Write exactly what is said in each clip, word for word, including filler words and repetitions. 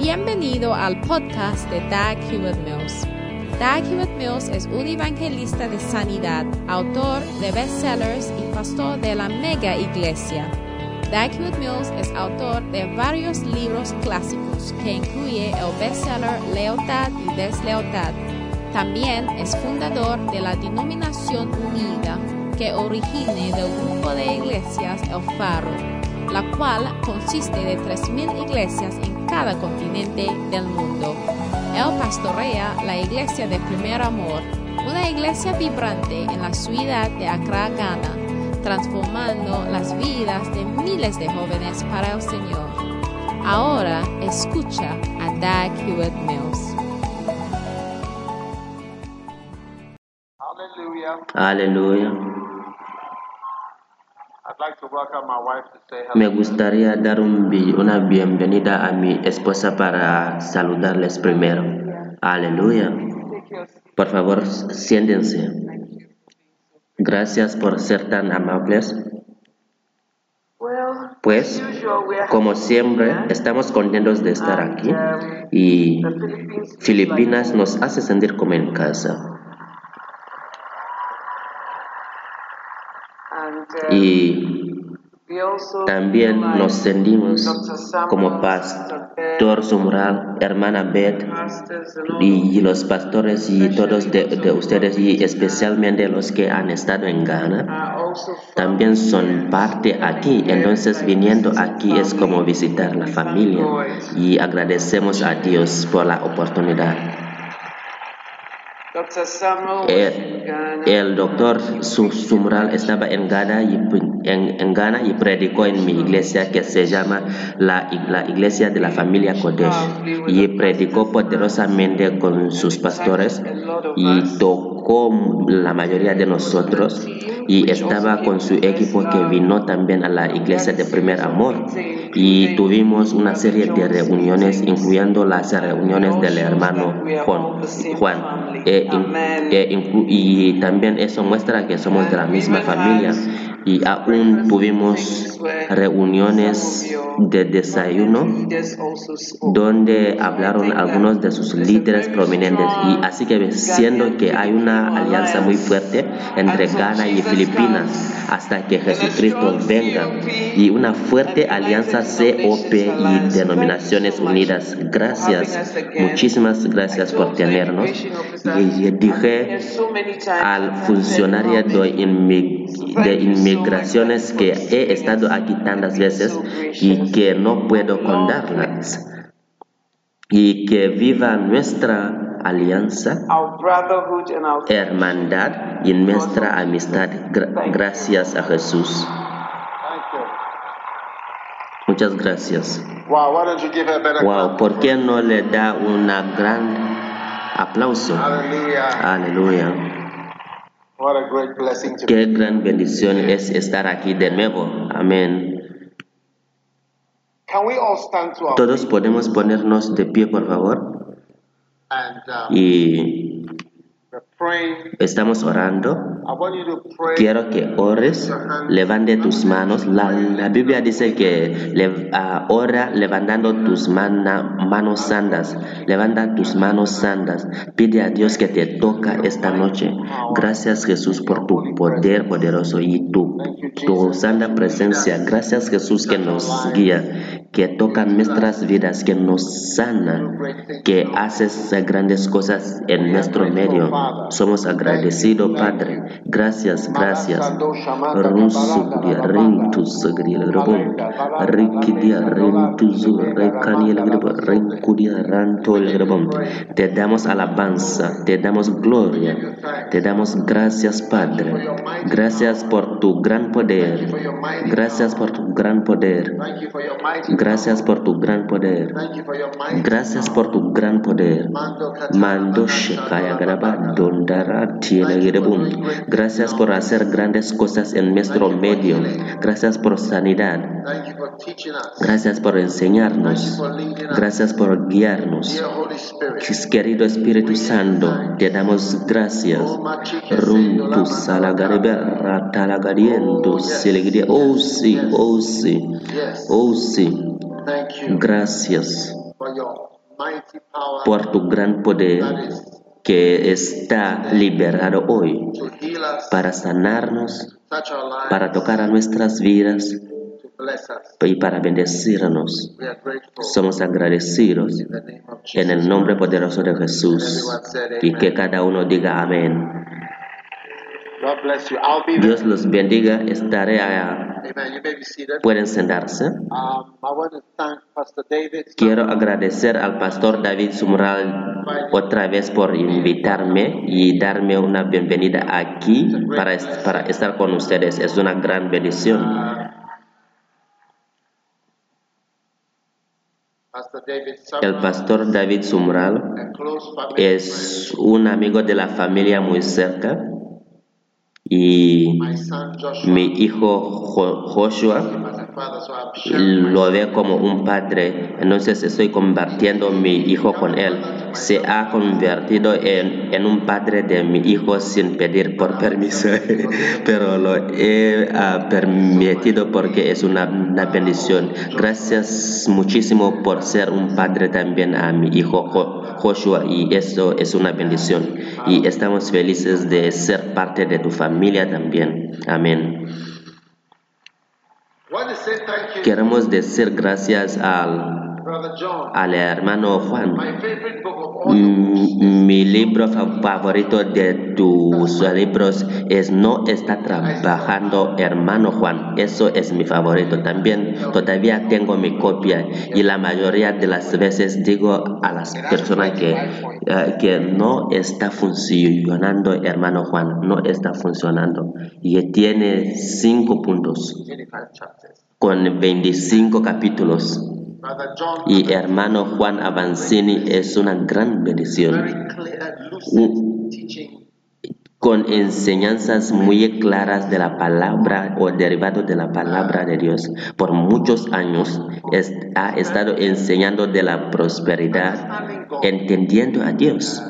Bienvenido al podcast de Dag Hewlett-Mills. Dag Hewlett-Mills es un evangelista de sanidad, autor de bestsellers y pastor de la mega iglesia. Dag Hewlett-Mills es autor de varios libros clásicos que incluye el bestseller Lealtad y Deslealtad. También es fundador de la Denominación Unida, que origina del grupo de iglesias El Faro, la cual consiste de tres mil iglesias en cada continente del mundo. Él pastorea la iglesia de Primer Amor, una iglesia vibrante en la ciudad de Accra, Ghana, transformando las vidas de miles de jóvenes para el Señor. Ahora escucha a Dag Hewlett-Mills. Aleluya. Me gustaría dar un, una bienvenida a mi esposa para saludarles primero. Aleluya. Por favor, siéntense. Gracias por ser tan amables. Pues, como siempre, estamos contentos de estar aquí y Filipinas nos hace sentir como en casa. Y también nos sentimos como Pastor Sumral, hermana Beth y los pastores y todos de, de ustedes y especialmente los que han estado en Ghana también son parte aquí. Entonces viniendo aquí es como visitar la familia y agradecemos a Dios por la oportunidad. El, el doctor Sumral estaba en Ghana, y, en, en Ghana y predicó en mi iglesia que se llama la, la Iglesia de la Familia Kodesh y predicó poderosamente con sus pastores y tocó la mayoría de nosotros y estaba con su equipo que vino también a la Iglesia de Primer Amor y tuvimos una serie de reuniones incluyendo las reuniones del hermano Juan, Juan. Eh, in, eh, inclu- y también eso muestra que somos de la misma familia y aún tuvimos reuniones de desayuno donde hablaron algunos de sus líderes prominentes y así que siendo que hay una alianza muy fuerte entre Ghana y Filipinas hasta que Jesucristo venga y una fuerte alianza C O P y Denominaciones Unidas. Gracias, muchísimas gracias por tenernos. Y dije al funcionario de, inmig de inmigraciones que he estado aquí tantas veces y que no puedo contarlas y que viva nuestra alianza, hermandad y nuestra amistad. Gra gracias a Jesús. Muchas gracias. Wow, ¿por qué no le da una gran aplauso? Aleluya. Qué gran bendición es estar aquí de nuevo. Amén. Todos podemos ponernos de pie, por favor. Y estamos orando. Quiero que ores, levante tus manos. La, la Biblia dice que le, uh, ora levantando tus mana, manos santas. Levanta tus manos santas. Pide a Dios que te toca esta noche. Gracias, Jesús, por tu poder poderoso y tu, tu santa presencia. Gracias, Jesús, que nos guía, que toca nuestras vidas, que nos sana, que haces grandes cosas en nuestro medio. Somos agradecidos, Padre. Gracias, gracias. Te damos alabanza, te damos gloria, te damos gracias, Padre. Gracias por tu gran poder. Gracias por tu gran poder. Gracias por tu gran poder. Gracias por tu gran poder. Mando Shekaya Garaba Dondara Tiene Gerebum. Gracias por hacer grandes cosas en nuestro medio. Gracias por sanidad. Gracias por enseñarnos. Gracias por guiarnos. Querido Espíritu Santo, te damos gracias. Runtu Salagareba Talagariento Selegria. Oh sí, oh sí, oh sí. Gracias por tu gran poder que está liberado hoy para sanarnos, para tocar a nuestras vidas y para bendecirnos. Somos agradecidos en el nombre poderoso de Jesús y que cada uno diga amén. Dios los bendiga. Estaré allá. Pueden sentarse. Quiero agradecer al pastor David Sumral otra vez por invitarme y darme una bienvenida aquí para, para estar con ustedes. Es una gran bendición. El pastor David Sumral es un amigo de la familia muy cerca y mi hijo Joshua lo ve como un padre, entonces estoy compartiendo mi hijo con él. Se ha convertido en, en un padre de mi hijo sin pedir por permiso, pero lo he uh, permitido porque es una, una bendición. Gracias muchísimo por ser un padre también a mi hijo Joshua, y eso es una bendición. Y estamos felices de ser parte de tu familia también. Amén. Queremos decir gracias al, al hermano Juan. Mm, mi libro favorito de tus libros es No está trabajando, hermano Juan. Eso es mi favorito. También todavía tengo mi copia y la mayoría de las veces digo a las personas que, uh, que no está funcionando, hermano Juan, no está funcionando. Y tiene cinco puntos con veinticinco capítulos. Y hermano Juan Avancini es una gran bendición, con enseñanzas muy claras de la palabra o derivados de la palabra de Dios. Por muchos años es, ha estado enseñando de la prosperidad, entendiendo a Dios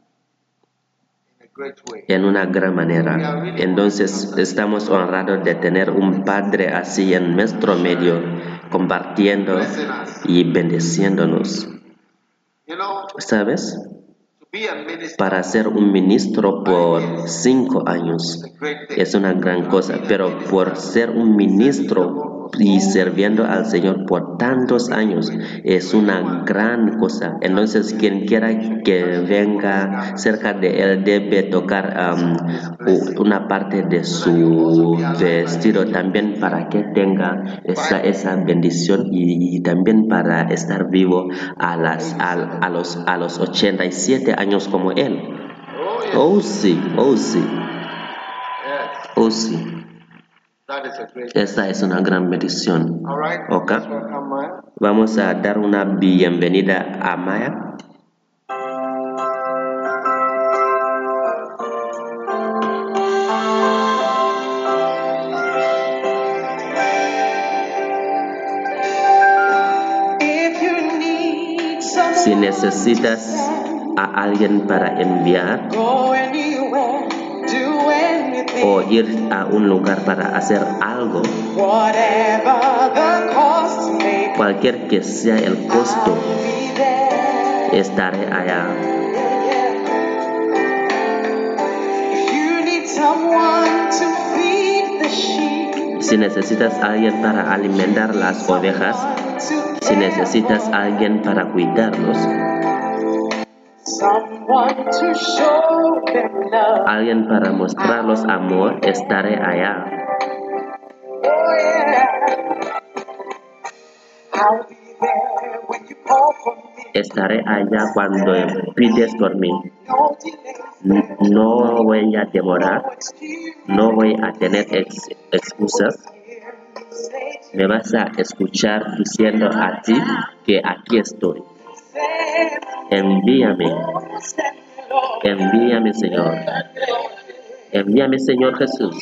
en una gran manera. Entonces estamos honrados de tener un padre así en nuestro medio, compartiendo y bendeciéndonos. ¿Sabes? Para ser un ministro por cinco años es una gran cosa, pero por ser un ministro y sirviendo al Señor por tantos años es una gran cosa. Entonces quien quiera que venga cerca de él debe tocar um, una parte de su vestido también para que tenga esa, esa bendición y, y también para estar vivo a, las, a, a, los, a los ochenta y siete años como él. Oh sí, oh sí, oh sí. Esta es una gran bendición. ¿Ok? Vamos a dar una bienvenida a Maya. Si necesitas a alguien para enviar o ir a un lugar para hacer algo, cualquier que sea el costo, estaré allá. Si necesitas a alguien para alimentar las ovejas, si necesitas a alguien para cuidarlos, alguien para mostrarlos amor, estaré allá. Estaré allá cuando pides por mí. No voy a demorar, no voy a tener ex excusas. Me vas a escuchar diciendo a ti que aquí estoy. Envíame, envíame, Señor. Envíame, Señor Jesús.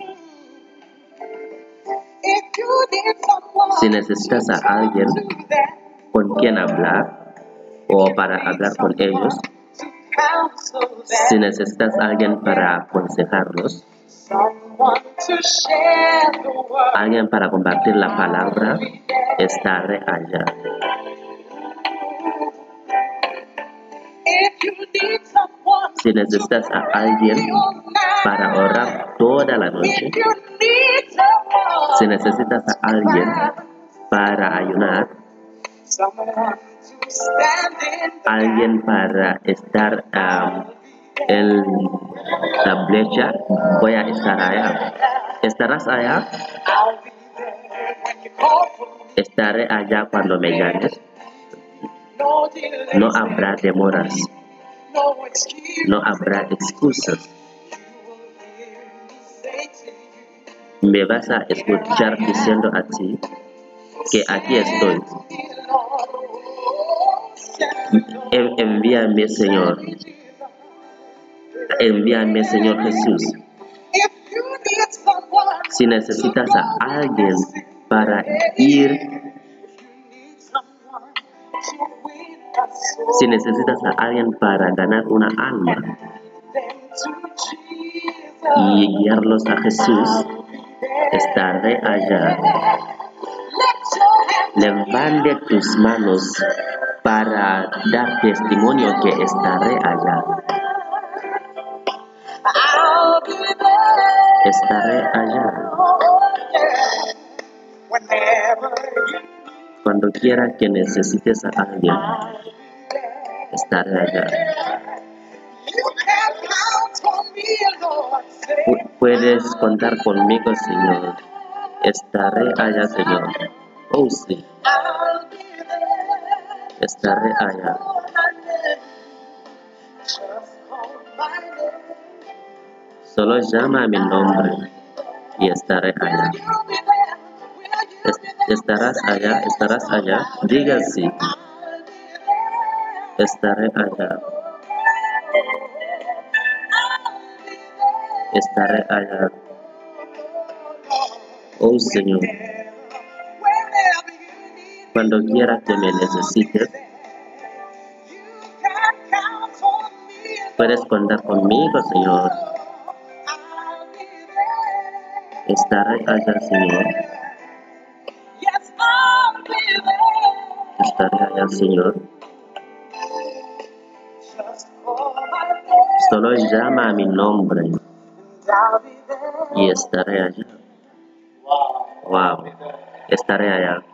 Si necesitas a alguien con quien hablar o para hablar con ellos, si necesitas a alguien para aconsejarlos, alguien para compartir la palabra, estaré allá. Si necesitas a alguien para orar toda la noche, si necesitas a alguien para ayunar, alguien para estar um, en la brecha, voy a estar allá. ¿Estarás allá? Estaré allá cuando me llames. No habrá demoras. No habrá excusas. Me vas a escuchar diciendo a ti que aquí estoy. En- Envíame, Señor. Envíame, Señor Jesús. Si necesitas a alguien para ir, si necesitas a alguien para ganar una alma y guiarlos a Jesús, estaré allá. Levante tus manos para dar testimonio que estaré allá. Estaré allá. Cuando quiera que necesites a alguien, estaré allá. Pu- Puedes contar conmigo, Señor. Estaré allá, Señor. Oh, sí. Estaré allá. Solo llama a mi nombre y estaré allá. Es- ¿Estarás allá? ¿Estarás allá? Diga sí. Estaré allá. Estaré allá. Oh, Señor. Cuando quiera que me necesites, puedes contar conmigo, Señor. Estaré allá, Señor. Estaré allá, Señor. Solo llama a mi nombre y estaré allá. Wow. Estaré allá.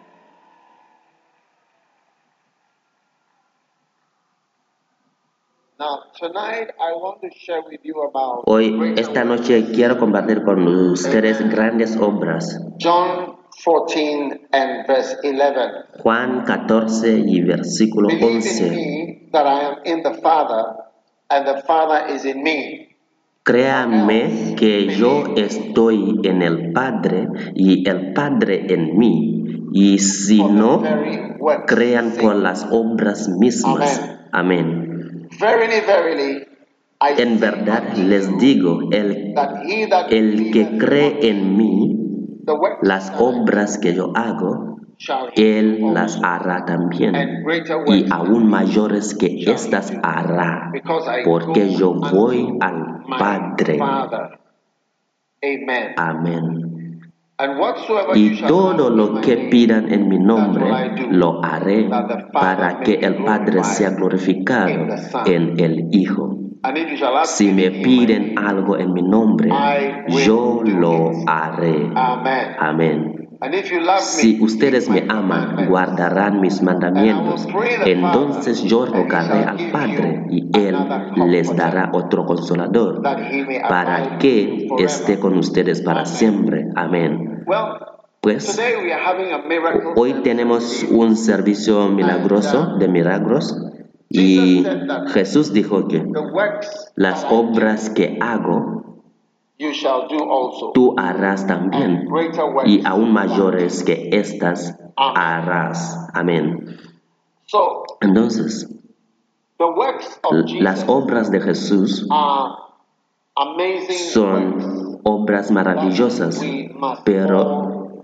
Now, tonight I want to share with you about Hoy, greater esta works. noche, quiero compartir con ustedes grandes obras. John fourteen and verse eleven. Juan catorce y versículo Believe in once. me that I am in the Father, and the Father is in me. Créanme que yo estoy en el Padre y el Padre en mí. Y si For the no, very works crean sake. por las obras mismas. Amén. Verily, verily, I En say verdad unto les you digo, el, that he that el que believeth cree on me, en mí, the works las that I obras que yo hago, shall he Él do las also, hará también, and greater y works aún than mayores que shall he éstas do, hará, because I porque go yo unto voy al my Padre. Father. Amen. Amén. And whatsoever you Y shall todo ask in lo my que name, pidan en mi that will nombre, I do, lo haré that the Father para may que be el Padre sea glorificado in the Son. en el Hijo. And if you shall ask Si me anything in my piden name, algo en mi nombre, I will yo do lo it. haré. Amen. Amén. And if you love Si me, ustedes keep me my aman, commandments. guardarán mis mandamientos. And I will pray the Entonces Father, yo and he rogaré shall al give Padre you y Él another les comforter, dará otro consolador that he may para abide que with you forever. esté con ustedes para Amen. siempre. Amén. Well, Pues today we are having a miracle hoy service tenemos in the un servicio milagroso And, uh, de milagros Jesus y said that Jesús dijo que the works las that I do, obras que hago you shall do also, tú harás también and greater works y aún than mayores these. que estas Amen. harás. Amén. So, Entonces, the works of l- las Jesus obras de Jesús are amazing works son obras that maravillosas, we must pero all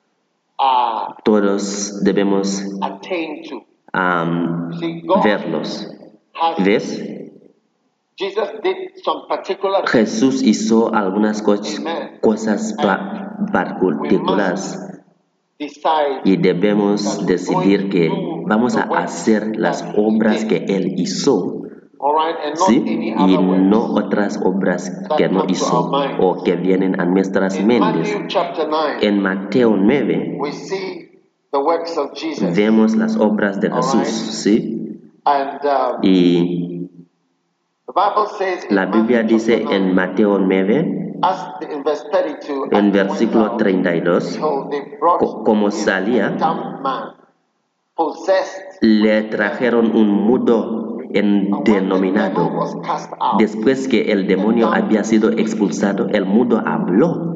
uh, todos debemos attain to. am, See, God verlos. has, ¿Ves? Jesus did some particular things. Jesús hizo algunas co- Amen. cosas pa- We particulares must decide y debemos that we're going decidir to que do vamos the a works hacer las that He obras did. que Él hizo All right, and not ¿sí? any Y other works. no otras obras que no hizo o que vienen a nuestras In mentes. Matthew chapter nine, En Mateo nueve we see the works of Jesus. vemos las obras de All Jesús, right. ¿sí? And um, Y the Bible says in la Biblia Matthew dice chapter en nine, Mateo nueve, as the, in verse thirty-two, as en they went versículo out, treinta y dos, behold, they brought co- como him salía, a dumb man, possessed le with trajeron un mudo endenominado. Después que el demonio había sido expulsado, el mudo habló.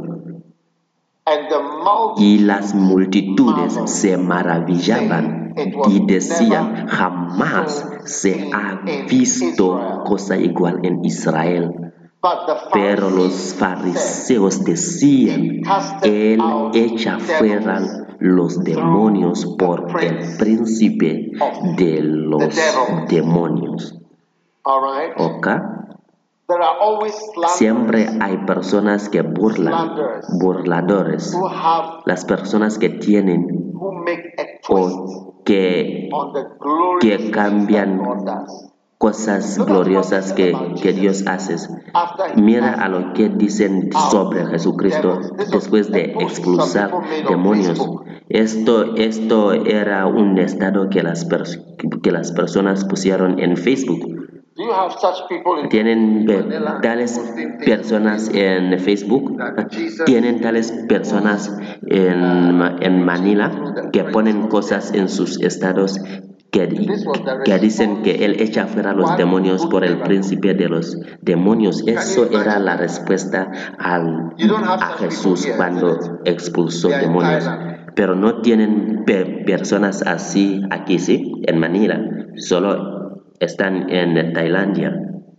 And the Y multitude las multitudes se maravillaban y decían, jamás se ha visto cosa igual en Israel. But the Pero los Pharisees fariseos decían, él echa fuera los demonios por el príncipe de los demonios. all right, ¿Ok? there are always Siempre slanderers hay personas que burlan, burladores, who have las personas que tienen who make a twist o que, on the glorious que things cambian that God does. cosas gloriosas que, que Dios hace. Mira a lo que dicen sobre Jesucristo después de expulsar demonios. Esto, esto era un estado que las, pers- que las personas pusieron en Facebook. Do you have such people in Tienen eh, Manila tales posting things personas en Facebook, tienen tales personas en, Ma- en Manila que ponen cosas en sus estados que, que dicen que él echa fuera a los demonios por el príncipe de los demonios. Eso era la respuesta al, a Jesús cuando expulsó demonios. Pero no tienen pe- personas así aquí, ¿sí? En Manila. Solo están en Tailandia.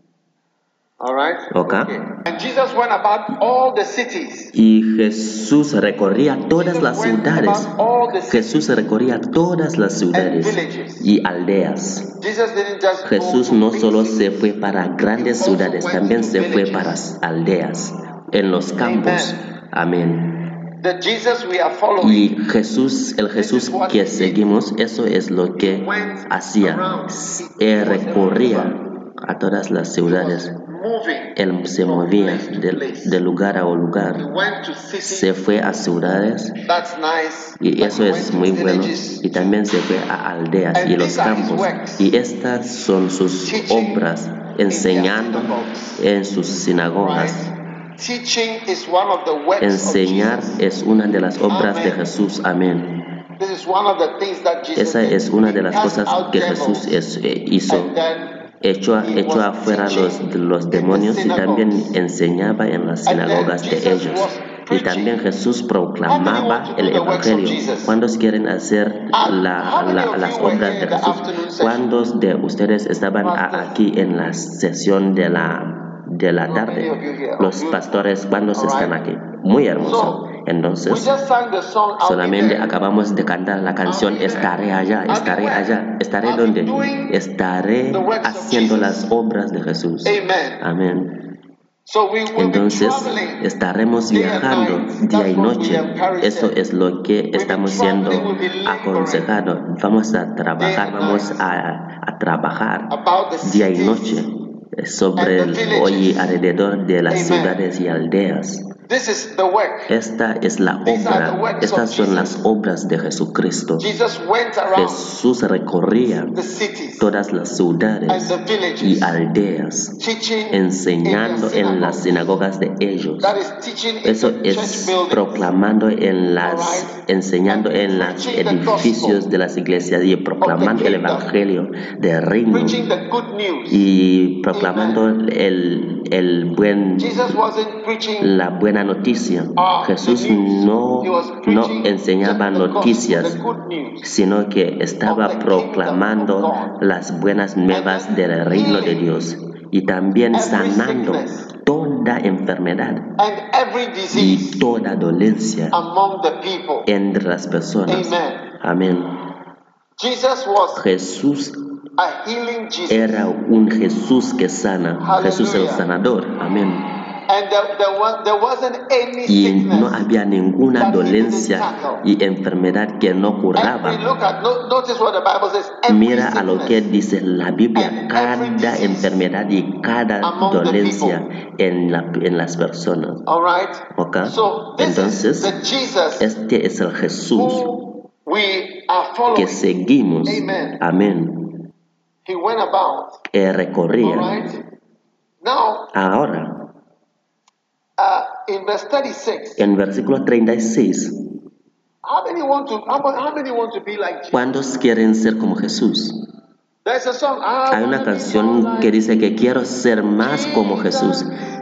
all right? Okay. And Jesus went about all the cities. Y Jesús recorría todas las ciudades. Jesús recorría todas las ciudades y aldeas. Jesus didn't just go Jesús to no big solo cities. se fue para grandes ciudades, también se fue para aldeas, en los campos. Amén. The Jesus we are following, Y Jesús, el Jesús que seguimos, eso es lo que hacía. Él recorría a todas las ciudades. moving, Él se movía de, de lugar a lugar. went to cities. Se fue a ciudades That's nice. y eso es muy bueno. Y también se fue a aldeas y los campos. Y estas son sus obras, enseñando en sus sinagogas. Teaching is one of the works Enseñar of Jesus. es una de las obras de Jesús. Amén. This is one of the things that Jesus Esa did. es una de He las cast cosas out que devils, Jesús es- eh, hizo. and then Echó, he echó was afuera los, teaching los in the demonios y también synagogues. enseñaba en las And then sinagogas de Jesus ellos. was Y preaching. también Jesús How many proclamaba want to do el the works of Evangelio. Jesus? ¿Cuántos quieren hacer Ah, la- how many la- of las you were obras here de in the Jesús? afternoon session? ¿Cuántos de ustedes estaban a- Pastors. aquí en la sesión de la, de la Not many tarde? of you here. Oh, Los beautiful. pastores, ¿cuántos All están right. aquí? Muy hermoso. So, we Entonces, just sang the song, I'll be solamente there. acabamos de cantar la canción I'll be there. Estaré allá, I'll be estaré where? allá. ¿Estaré I'll be donde? doing Estaré the works of haciendo Jesus. las obras de Jesús. Amen. Amén. So we will be Entonces traveling estaremos day and viajando night. día That's y what we noche. encourage Eso them. es lo que be estamos siendo traveling, we'll be laboring aconsejados. Vamos a day trabajar, and vamos night a, a trabajar about the día y cities noche sobre and the el, hoy villages. alrededor de las Amen. ciudades y aldeas. This is the work. Esta es la These are the obra, works estas of son Jesus. las obras de Jesucristo. Jesus went around Jesús recorría the cities todas las and ciudades the villages, y aldeas, teaching enseñando in their en las synagogues. sinagogas de ellos. That is teaching in Eso the church es buildings. proclamando en las, Alright. enseñando And en los preaching the edificios gospel de las iglesias y proclamando el kingdom. evangelio del reino Preaching the good news. y proclamando el, el buen, Jesus wasn't preaching la buena noticia. uh, Jesús the news. no, He was no preaching enseñaba the, the noticias, gospel, the good news sino que estaba of the proclamando kingdom of God. las buenas nuevas And del reino de healing Dios y también every sanando sickness toda enfermedad and every y disease toda dolencia among the people. entre las personas. Amen. Amén. Jesus was Jesús a healing Jesus. era un Jesús que sana, Jesús el Hallelujah. sanador. Amén. And there, there, was, there wasn't any y no sickness había ninguna that he didn't dolencia tackle. y enfermedad que no And we curaba. look at, no, notice what the Bible says, every Mira a lo que sickness dice la Biblia, and every cada disease enfermedad y cada among the dolencia people. en, la, en las personas. All right? ¿Ok? So this Entonces, is the Jesus este es el Jesús who we are que following. seguimos. Amen. Amén. He went about. Que All recorría. right? Now, Ahora, uh, in verse thirty-six, en versículo treinta y seis, how many want to how, how many want to be like Jesus? ¿cuántos quieren ser como Jesús? There's a song. I Hay una wanna be more canción like que dice que quiero ser más como Jesús.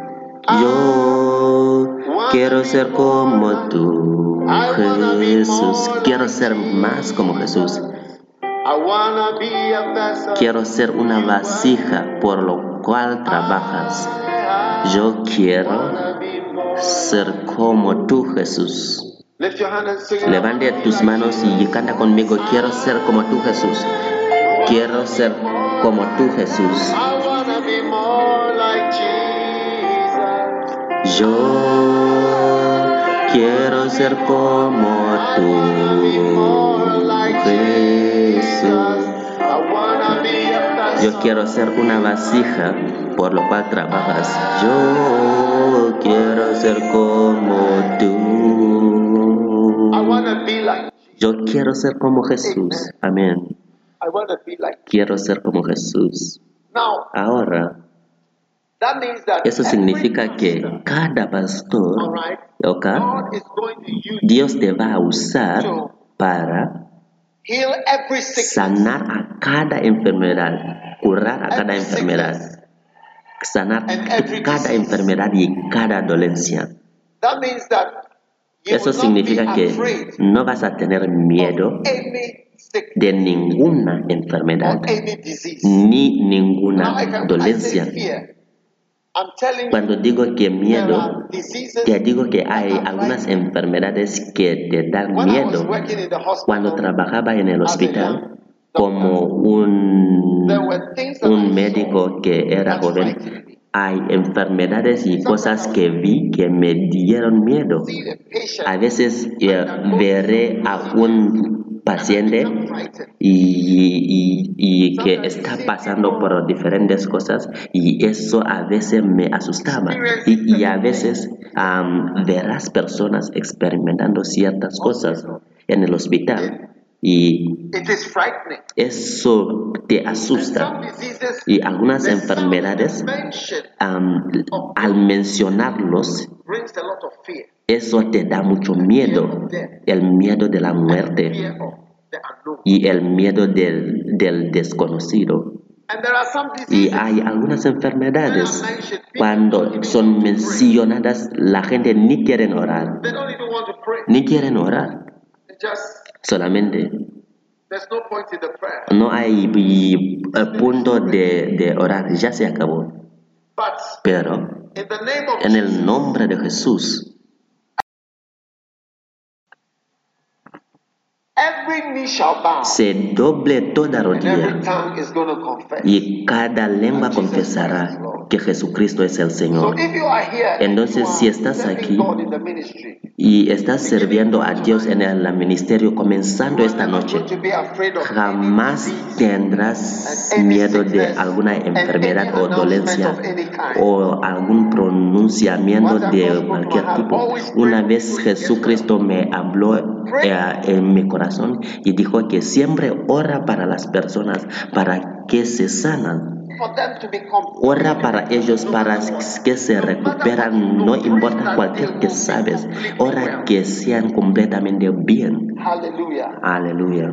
Yo quiero ser como tú, Jesús. Quiero ser más como Jesús. I wanna be a vessel. Quiero ser una vasija por lo cual trabajas. Yo quiero ser como tú, Jesús. Lift your hand and sing it. Levante tus manos y canta conmigo. Quiero ser como tú, Jesús. Quiero ser como tú, Jesús. I wanna be more like Jesus. Yo quiero ser como tú, Jesús. I wanna be a vessel. Yo quiero ser una vasija por lo cual trabajas. Yo quiero ser como tú. I wanna be like Yo quiero ser como Jesús. Amén. I wanna be like. Quiero ser como Jesús. Now, Ahora, that means that eso every significa que pastor, cada all pastor, right, ¿ok? God is going to use Dios te va a usar para heal every sickness. sanar a cada enfermedad, curar a cada enfermedad, sanar cada enfermedad y cada dolencia. That means that you Eso will not significa be que afraid no vas a tener miedo of any sickness de ninguna enfermedad or any disease. ni Now, I ninguna can, I say dolencia. fear. I'm telling Cuando you, digo que there miedo, are diseases te digo que hay that are algunas frightening. enfermedades que te dan When I was miedo. working in the Cuando hospital, trabajaba en el as a hospital young como doctor, un, there were things that I un saw médico que era that joven, frightened me. hay enfermedades y cosas que vi que me dieron miedo. See the patient A veces eh, and that goes veré through a disease, un and I paciente become frightened. y, y- y que Sometimes you está see pasando people por diferentes cosas y eso a veces me asustaba. experiencing Y, y a certain veces things am, verás personas experimentando ciertas cosas hospital. en el hospital y It is frightening. eso te And asusta. some diseases, Y algunas the sound, the enfermedades, mention am, al mencionarlos, brings a lot of fear. eso te da mucho miedo, el miedo de la muerte Fear of the unknown. y el miedo del, del desconocido. And there are some Y diseases hay algunas when enfermedades, are mentioned, people don't cuando even son want to pray. mencionadas, la gente ni quieren orar, They don't even want to pray. ni quieren orar, It just solamente. there's no point in the prayer. No hay y, eh, punto de, de orar, ya se acabó. But Pero in the name of en el Jesus, nombre de Jesús, every knee shall bow se doble toda and every rodilla tongue is going to confess. y cada lengua that Jesus Christ is confesará Lord. que Jesucristo es el So Señor. if you are here and you Entonces, si are estás serving aquí God in the ministry, y estás sirviendo a Dios en el ministerio comenzando you are esta never noche, going to be afraid of any jamás disease tendrás and any miedo de sickness alguna and any enfermedad o announcement dolencia of any kind. o algún pronunciamiento Once I de spoke to my cualquier heart, tipo. always pray Una for vez people to get Jesucristo well. me habló Pray eh, en mi corazón y dijo que siempre ora para las personas para que se sanan. for them to be Ora completely para ellos no para matter what. que se No matter what recuperan, you no know, pray importa that cualquier they que will be sabes. completely Ora well. que sean completamente bien. Hallelujah. Aleluya.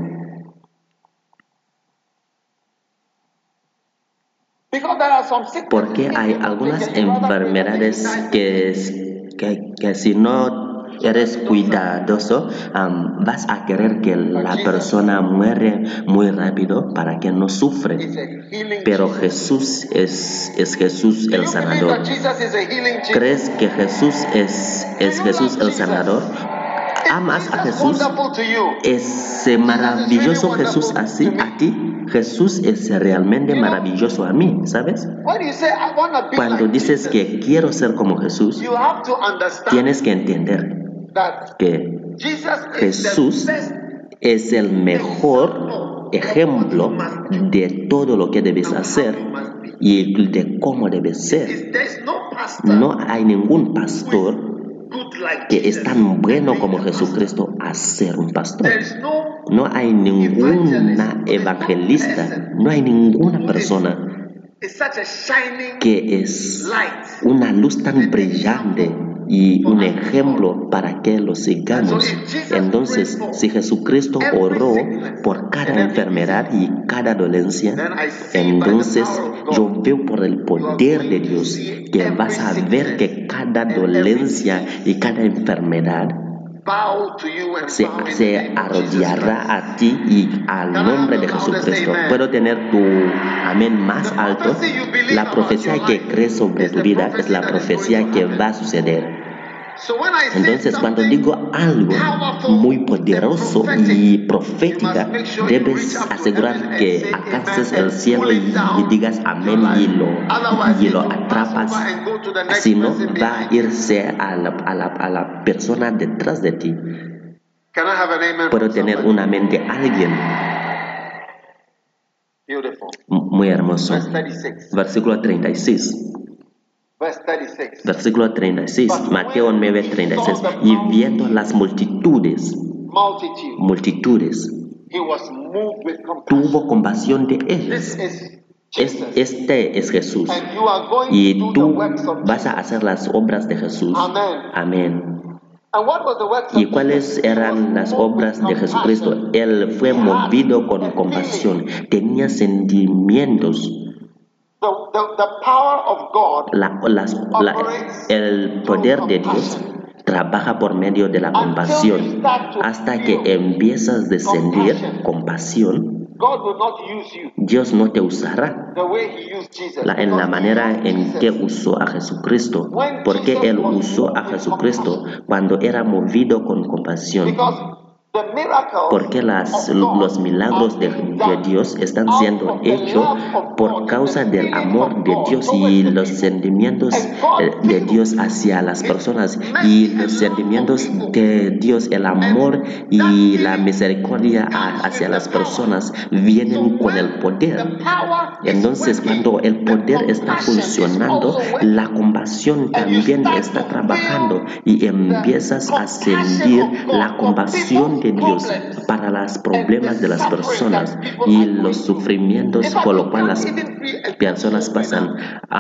Because there are some sicknesses, Porque if hay you don't algunas take care, you rather pray that they enfermedades should die que, es- que, que si no eres cuidadoso, um, vas a querer que la persona muere muy rápido para que no sufre. It's a healing Pero Jesus. Jesús es, es Jesús Do el you believe sanador. that Jesus is a healing Jesus? ¿Crees que Jesús es, es Do you Jesús love el sanador? amas a Jesus Jesús, wonderful to you? es maravilloso Jesús así a ti. Jesús es realmente maravilloso a mí, ¿sabes? When you say, I want to be Cuando like dices Jesus, que quiero ser como Jesús, you have to understand tienes que entender that que Jesus Jesús is the best. es el mejor ejemplo de todo lo que debes hacer y de cómo debes ser. There's no pastor No hay ningún pastor good like que es Jesus. tan bueno como Jesucristo a ser un pastor. There's no No hay ninguna evangelista, no hay ninguna persona it's such a shining que es light. una luz tan brillante y un ejemplo para que lo sigamos. Entonces, si Jesucristo oró por cada enfermedad y cada dolencia, entonces yo veo por el poder de Dios que vas a ver que cada dolencia y cada enfermedad Bow to you and se, bow in the se name of Jesus arrodillará Christ. a ti y al nombre de Jesucristo. ¿Puedo tener tu amén más alto? La profecía que crees sobre tu vida es la profecía que va a suceder. So when I say Entonces, cuando something digo algo muy poderoso y profética, debes asegurar que alcances el cielo y, y digas amén y lo, y lo atrapas. Si no, va a irse a la, a la, a la persona detrás de ti. Can I have an amen? Puedo from tener somebody? una mente de alguien Beautiful. muy hermoso. Verse thirty-six. Versículo treinta y seis. Verse thirty-six. Versículo treinta y seis. Mateo nueve, treinta y seis. Y viendo las multitudes, Multitude. multitudes, He was moved with compassion. tuvo compasión de This ellos. is Es- Jesus. este es Jesús. And you are going Y to do the tú works of vas a Jesus. hacer las obras de Jesús. Amen. Amén. And what was the works ¿Y of cuáles Jesus? eran las obras de Jesucristo? Él fue movido con compasión, tenía sentimientos. The, the, the power of God La- las- la- el poder de Dios trabaja por medio de la compasión. Hasta que empiezas a descender compasión, God will not use you Dios no te usará the way He used Jesus. la- en la Because manera He en used que Jesus. usó a Jesucristo. Porque Él usó a Jesucristo cuando era movido con compasión. Because the miracles Porque las, of God los milagros de, are being de done Dios están out siendo of the hechos love of por God, causa the del feeling amor of de God Dios towards y the los people. sentimientos And God eh, de feels Dios hacia las His personas mercy y and los love sentimientos for people. de Dios, el amor y la misericordia a- hacia las personas vienen con el poder. Entonces, cuando el poder está funcionando, la compasión también está trabajando y empiezas a sentir la compasión de Dios para los problemas de las personas y los sufrimientos por los cuales las personas pasan.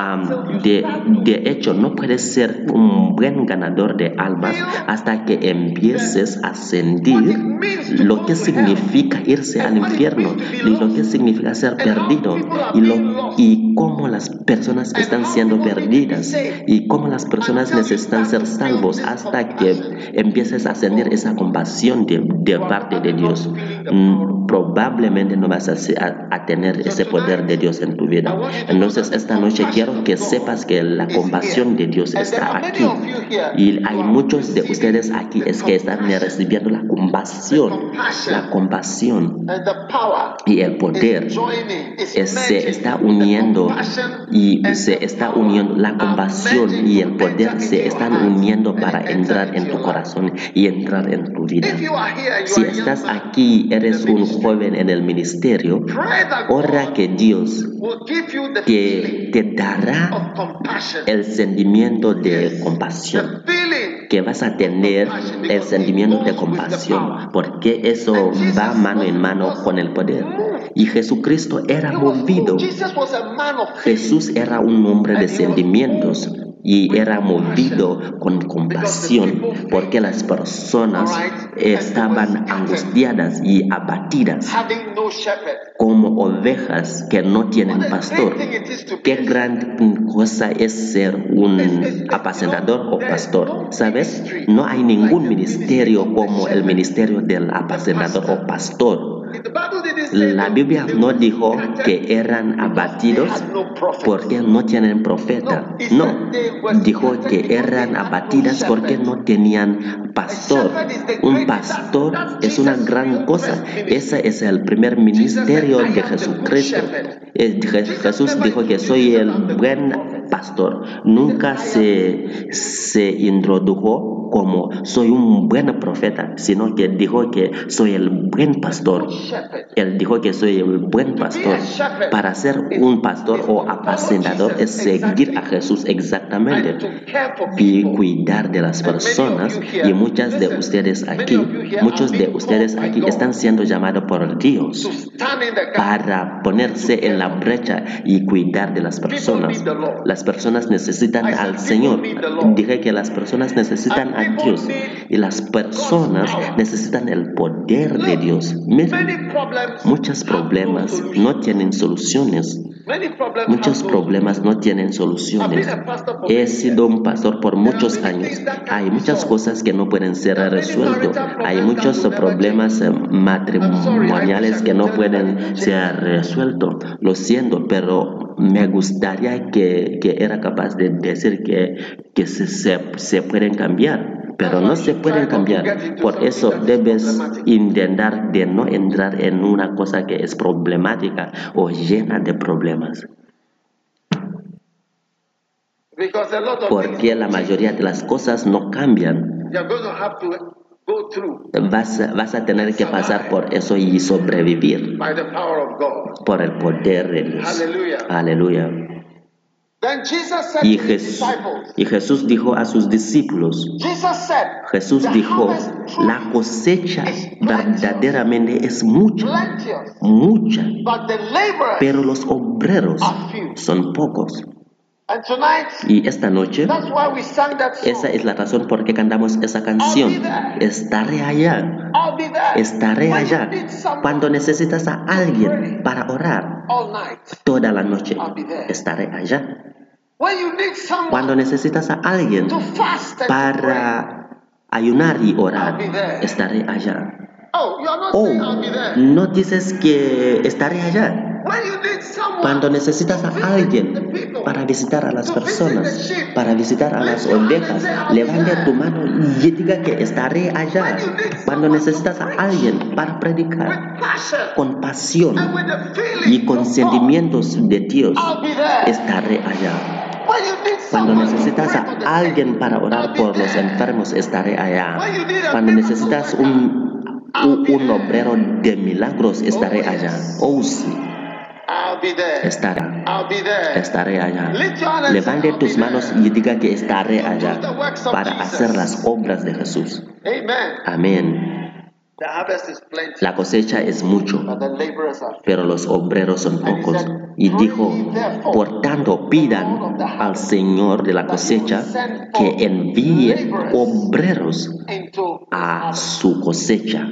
Um, de, de hecho, no puedes ser un buen ganador de almas hasta que empieces a sentir lo que significa irse al infierno y lo que significa ser perdido y, lo, y cómo las personas están siendo perdidas y cómo las personas necesitan ser salvos hasta que empieces a sentir esa compasión de, de parte de Dios. Mm, probablemente no vas a, a, a tener ese poder de Dios en tu vida. Entonces esta noche quiero que sepas que la compasión de Dios está aquí y hay muchos de ustedes aquí es que están recibiendo la compasión, la compasión And the power y el poder is joining, is es- se merging. está The uniendo compassion y and se the está power uniendo la are compasión merging y to el poder enter se into están your heart uniendo and para enter entrar into en tu your life. corazón y entrar en tu vida. If you are here and you Si are a young estás man, aquí, eres the un ministry, joven en el ministerio, pray that ora God que Dios will give you the feeling te, te dará of compassion. el sentimiento de Yes. compasión, The feeling que vas a tener el sentimiento de compasión, porque eso va mano en mano con el poder. Y Jesucristo era He was movido. moved. Jesus was a man of faith. Jesús era un hombre de sentimientos y era movido con compasión porque las personas estaban angustiadas y abatidas Having no shepherd. como ovejas que no tienen pastor. Qué gran cosa es ser un apacentador o pastor, ¿sabes? No hay ningún ministerio como el ministerio del apacentador o pastor. The Bible didn't La Biblia no dijo que eran abatidos porque no tienen profeta. No, dijo que eran abatidas porque no tenían pastor. Un pastor es una gran cosa. Ese es el primer ministerio de Jesucristo. Jesús dijo que soy el buen pastor. Nunca se, se introdujo como soy un buen profeta, sino que dijo que soy el buen pastor. Él dijo que soy el buen pastor. Para ser un pastor o apacentador es seguir a Jesús exactamente y cuidar de las personas. Y muchas de ustedes aquí, muchos de ustedes aquí están siendo llamados por Dios para ponerse en la brecha y cuidar de las personas. Las personas necesitan al Señor. Dije que las personas necesitan a Dios y las personas necesitan el poder de Dios. Miren, muchos problemas no tienen soluciones. Muchos problemas no tienen soluciones. He sido un pastor por muchos años. Hay muchas cosas que no pueden ser resueltas. Hay muchos problemas matrimoniales que no pueden ser resueltos. Lo siento, pero me gustaría que, que era capaz de decir que, que se, se, se pueden cambiar. Pero no se pueden cambiar. Por eso debes intentar de no entrar en una cosa que es problemática o llena de problemas. Porque la mayoría de las cosas no cambian. Vas, vas a tener que pasar por eso y sobrevivir por el poder de Dios. Aleluya. Y Jesús, y Jesús dijo a sus discípulos, Jesús dijo, la cosecha verdaderamente es mucha, mucha, pero los obreros son pocos. Y esta noche, esa es la razón por qué cantamos esa canción. Estaré allá, estaré allá. Cuando necesitas a alguien para orar toda la noche, estaré allá. Cuando necesitas a alguien para ayunar y orar, estaré allá. Oh, no dices que estaré allá. Cuando necesitas a alguien para visitar a las personas, para visitar a las ovejas, levanta tu mano y diga que estaré allá. Cuando necesitas a alguien para predicar con pasión y con sentimientos de Dios, estaré allá. Cuando necesitas a alguien para orar por los enfermos, estaré allá. Cuando necesitas un, un, un obrero de milagros, estaré allá. Oh, sí. Estaré, estaré allá. Levante tus manos y diga que estaré allá para hacer las obras de Jesús. Amén. La cosecha es mucho, pero los obreros son pocos. Y dijo, por tanto, pidan al Señor de la cosecha que envíe obreros a su cosecha.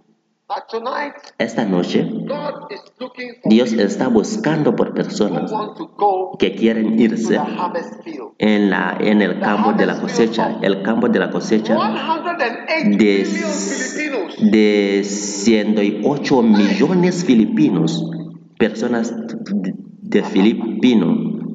Esta noche, Dios está buscando por personas que quieren irse en, la, en el campo de la cosecha. El campo de la cosecha de, de ciento ocho millones filipinos, personas de, de Filipino.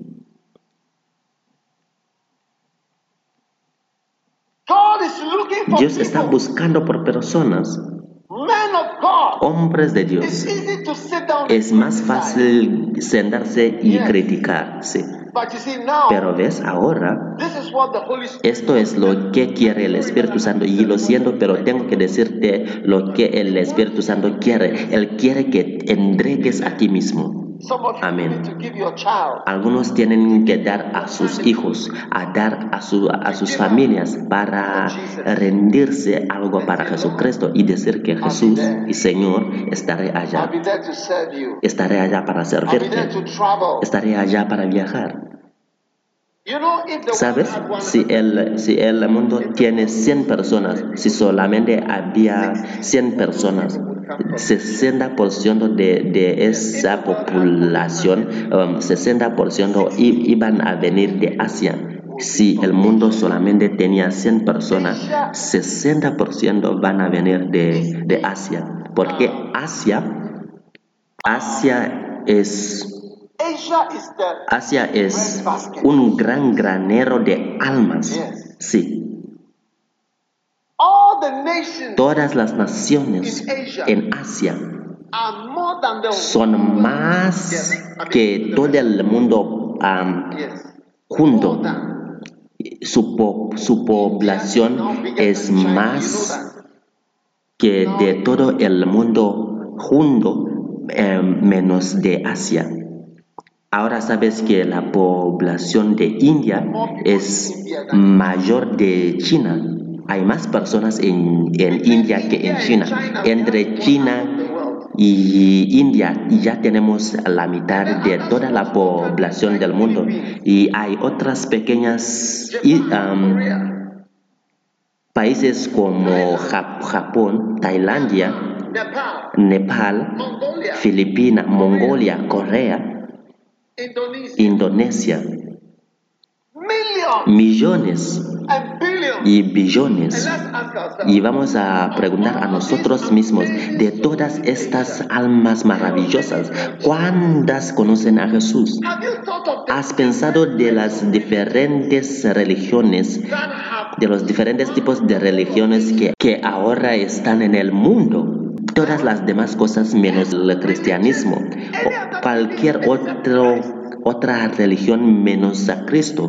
Dios está buscando por personas, hombres de Dios. Es más fácil sentarse y criticarse. Pero ves, ahora, esto es lo que quiere el Espíritu Santo. Y lo siento, pero tengo que decirte lo que el Espíritu Santo quiere. Él quiere que entregues a ti mismo. Amén. Algunos tienen que dar a sus hijos, a dar a, su, a sus familias para rendirse algo para Jesucristo y decir que Jesús y Señor, estaré allá. Estaré allá para servirte. Estaré allá para viajar. ¿Sabes? Si el, si el mundo tiene cien personas, si solamente había cien personas, sesenta por ciento de, de esa población, um, sesenta por ciento iban a venir de Asia. Si el mundo solamente tenía cien personas, sesenta por ciento van a venir de, de Asia. Porque Asia Asia es, Asia is the Asia es un gran granero de almas. Yes. Sí. all the nations Todas las naciones in Asia en Asia are more than the son whole más together. I mean, que the todo rest. el mundo um, Yes. More junto. than Su, po- su población es más que de todo el mundo junto, eh, menos de Asia. Ahora sabes que la población de India es mayor de China. Hay más personas en, en India que en China. Entre China y India ya tenemos la mitad de toda la población del mundo. Y hay otras pequeñas y, um, países como Jap- Japón, Tailandia, Nepal, Nepal, Mongolia, Filipinas, Mongolia, Corea, Indonesia, Indonesia, millions millones and billions. y And billones. let's ask ourselves, Y vamos a preguntar a nosotros mismos, de todas estas almas maravillosas, ¿cuántas conocen a Jesús? have you thought of the ¿Has pensado de las diferentes religiones, that have de los diferentes tipos de religiones que, que ahora están en el mundo? Todas las demás cosas menos el cristianismo o cualquier otro, otra religión menos a Cristo.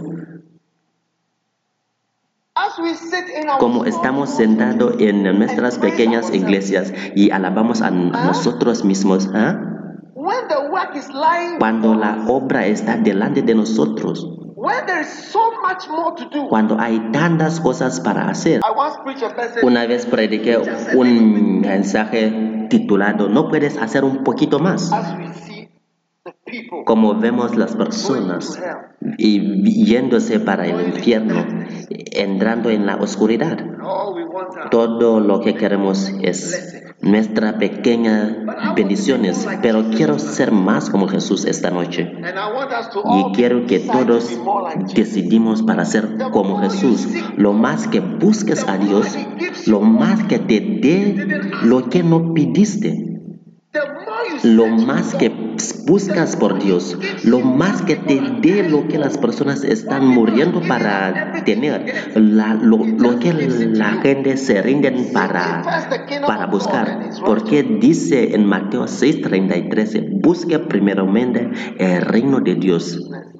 as we sit in our Como estamos sentados en nuestras pequeñas iglesias y alabamos a nosotros mismos, ¿ah? when the work is lying Cuando before la us, obra está delante de nosotros, when there is so much more to do. cuando hay tantas cosas para hacer. I once preached a message. Una vez prediqué un mensaje titulado ¿No puedes hacer un poquito más? As we see the people Como vemos las going to personas hell, y yéndose para el infierno, entrando en la oscuridad. all we want are Todo lo que queremos es nuestra pequeña bendiciones, pero quiero ser más como Jesús esta noche. and I want us to Y all quiero que decide to todos be more like Jesus. decidimos para ser como Jesús. Lo más que busques a Dios, lo más que te dé lo que no pidiste. The more you Lo search más for que God, buscas por Dios, lo más que te dé lo que las personas están muriendo para tener, la- lo, lo que la gente se rinden para, para buscar. Porque dice en Mateo seis treinta y trece, busque primeramente el reino de Dios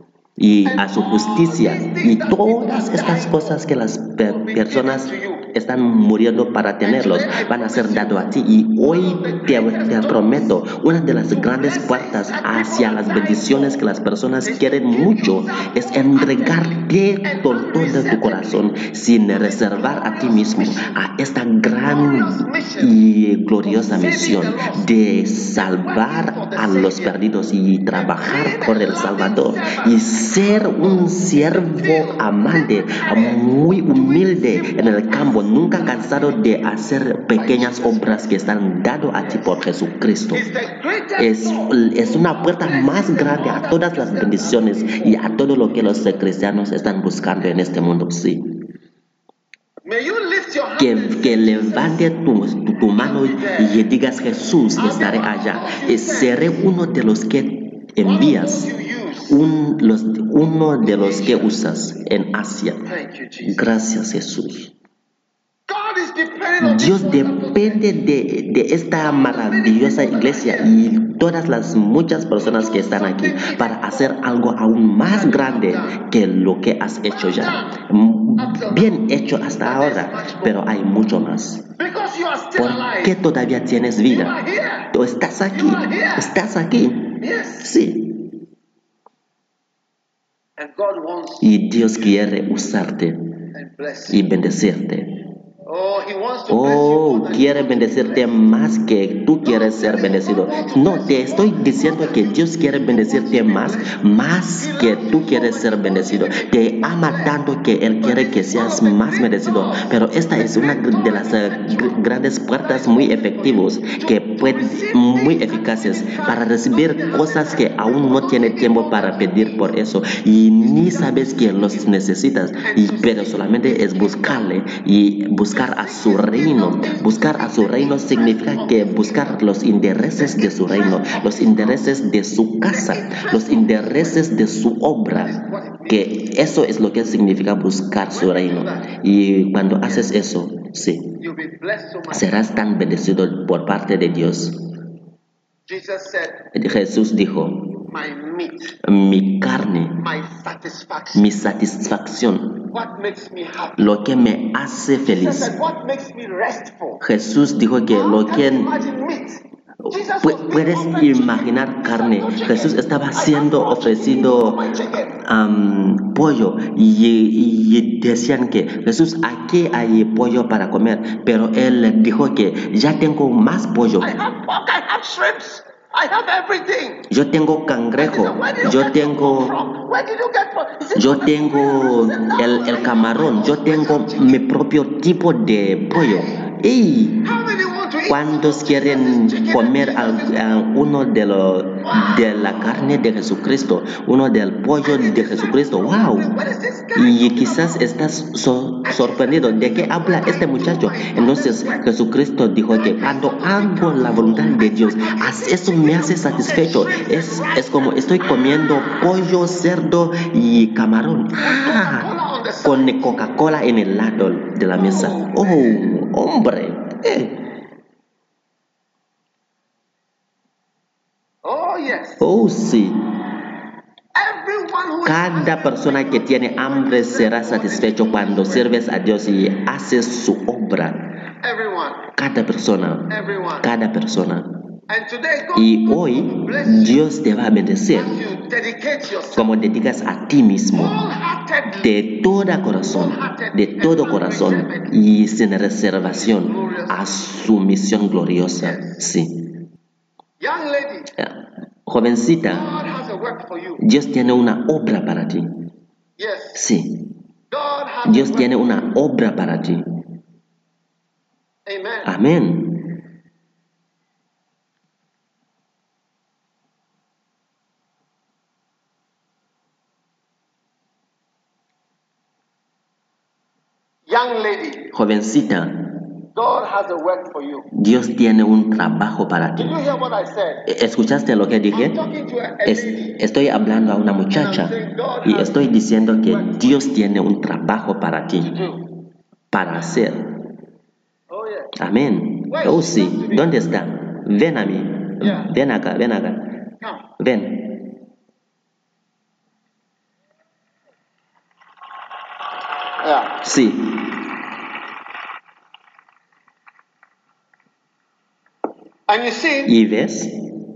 y a su justicia, y todas estas cosas que las pe- personas están muriendo para tenerlos van a ser dados a ti. Y hoy te, te prometo, una de las grandes puertas hacia las bendiciones que las personas quieren mucho es entregarte con todo tu corazón sin reservar a ti mismo a esta gran y gloriosa misión de salvar a los perdidos y trabajar por el Salvador y ser un siervo amante, muy humilde en el campo, nunca cansado de hacer pequeñas obras que están dadas a ti por Jesucristo. it's the greatest Es, door. es una puerta más grande a todas las bendiciones y a todo lo que los cristianos están buscando en este mundo. Sí. May you lift your hand Que, and que say, levante tu, tu, tu mano y digas, Jesús, estaré allá. Y seré uno de los que envías, you use. un, los, uno de los que usas en Asia. Thank you, Jesus. Gracias, Jesús. God is depending on Dios this depende de, de esta maravillosa iglesia y todas las muchas personas que están aquí para hacer algo aún más grande que lo que has hecho ya. Bien hecho hasta ahora, pero hay mucho más. because you are still ¿Por alive. qué todavía tienes You vida? are here. Tú estás aquí, estás aquí. Yes. Sí, And God wants y Dios quiere usarte and bless y you. bendecirte. Oh, He wants to bless you Oh, more than quiere you bendecirte más que tú quieres ser bendecido. No, te estoy diciendo que Dios quiere bendecirte más, más que tú quieres ser bendecido. Te ama tanto que Él quiere que seas más bendecido. Pero esta es una de las eh, gr- grandes puertas muy efectivas, que pueden, muy eficaces para recibir cosas que aún no tiene tiempo para pedir por eso y ni sabes que los necesitas. Y, pero solamente es buscarle y buscar buscar a su reino. Buscar a su reino significa que buscar los intereses de su reino, los intereses de su casa, los intereses de su obra. Que eso es lo que significa buscar su reino. Y cuando haces eso, sí, serás tan bendecido por parte de Dios. Jesús dijo, mi carne, mi satisfacción, lo que me hace feliz. Jesús dijo que lo que... Puedes imaginar carne. Jesús estaba siendo ofrecido um, pollo y, y decían que Jesús, aquí hay pollo para comer, pero él dijo que ya tengo más pollo. Yo tengo cangrejo, yo tengo, yo tengo el, el camarón, yo tengo mi propio tipo de pollo. ¿Y cuántos quieren comer a, a uno de, lo, de la carne de Jesucristo, uno del pollo de Jesucristo? ¡Wow! Y quizás estás so, sorprendido de qué habla este muchacho. Entonces Jesucristo dijo que cuando hago la voluntad de Dios, eso me hace satisfecho. Es, es como estoy comiendo pollo, cerdo y camarón. ¡Ah! Con Coca-Cola en el lado de la mesa. ¡Oh, hombre! Eh. Oh, sí. Cada persona que tiene hambre será satisfecho cuando sirves a Dios y haces su obra. Cada persona, cada persona. Y hoy Dios te va a bendecir como dedicas a ti mismo, de todo corazón, de todo corazón y sin reservación a su misión gloriosa. Sí. Jovencita, Dios tiene una obra para ti. Sí. Dios tiene una obra para ti. Amén. Jovencita, Dios tiene un trabajo para ti. ¿Escuchaste lo que dije? Es, estoy hablando a una muchacha y estoy diciendo que Dios tiene un trabajo para ti, para hacer. Amén. Oh, sí. ¿Dónde está? Ven a mí. Ven acá, ven acá. Ven. Sí. ¿Y ves?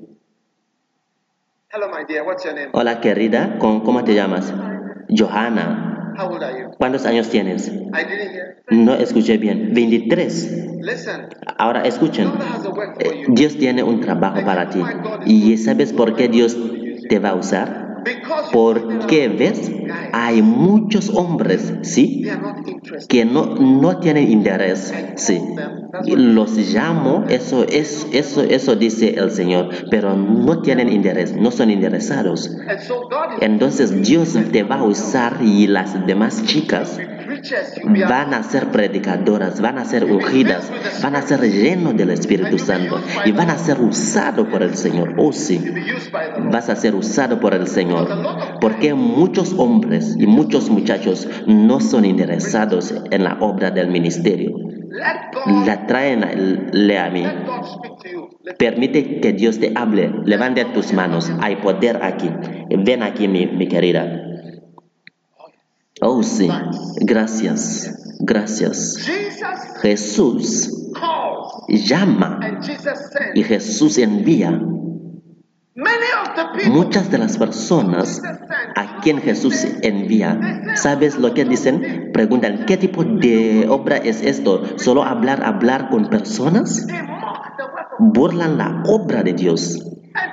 Hola, querida. ¿Cómo te llamas? Johanna. ¿Cuántos años tienes? No escuché bien. veintitrés. Ahora escuchen. Dios tiene un trabajo para ti. ¿Y sabes por qué Dios te va a usar? Porque, ¿ves? Hay muchos hombres, ¿sí? Que no, no tienen interés, ¿sí? Los llamo, eso, es, eso, eso dice el Señor, pero no tienen interés, no son interesados. Entonces Dios te va a usar y las demás chicas van a ser predicadoras, van a ser ungidas, van a ser llenos del Espíritu Santo y van a ser usados por el Señor. Oh, sí, vas a ser usado por el Señor, porque muchos hombres y muchos muchachos no son interesados en la obra del ministerio. La traen, le a mí. Permite que Dios te hable. Levanta tus manos. Hay poder aquí. Ven aquí, mi, mi querida. Oh, sí. Gracias. Gracias. Jesús llama y Jesús envía. Muchas de las personas a quien Jesús envía, ¿sabes lo que dicen? Preguntan, ¿qué tipo de obra es esto? ¿Solo hablar, hablar con personas? Burlan la obra de Dios.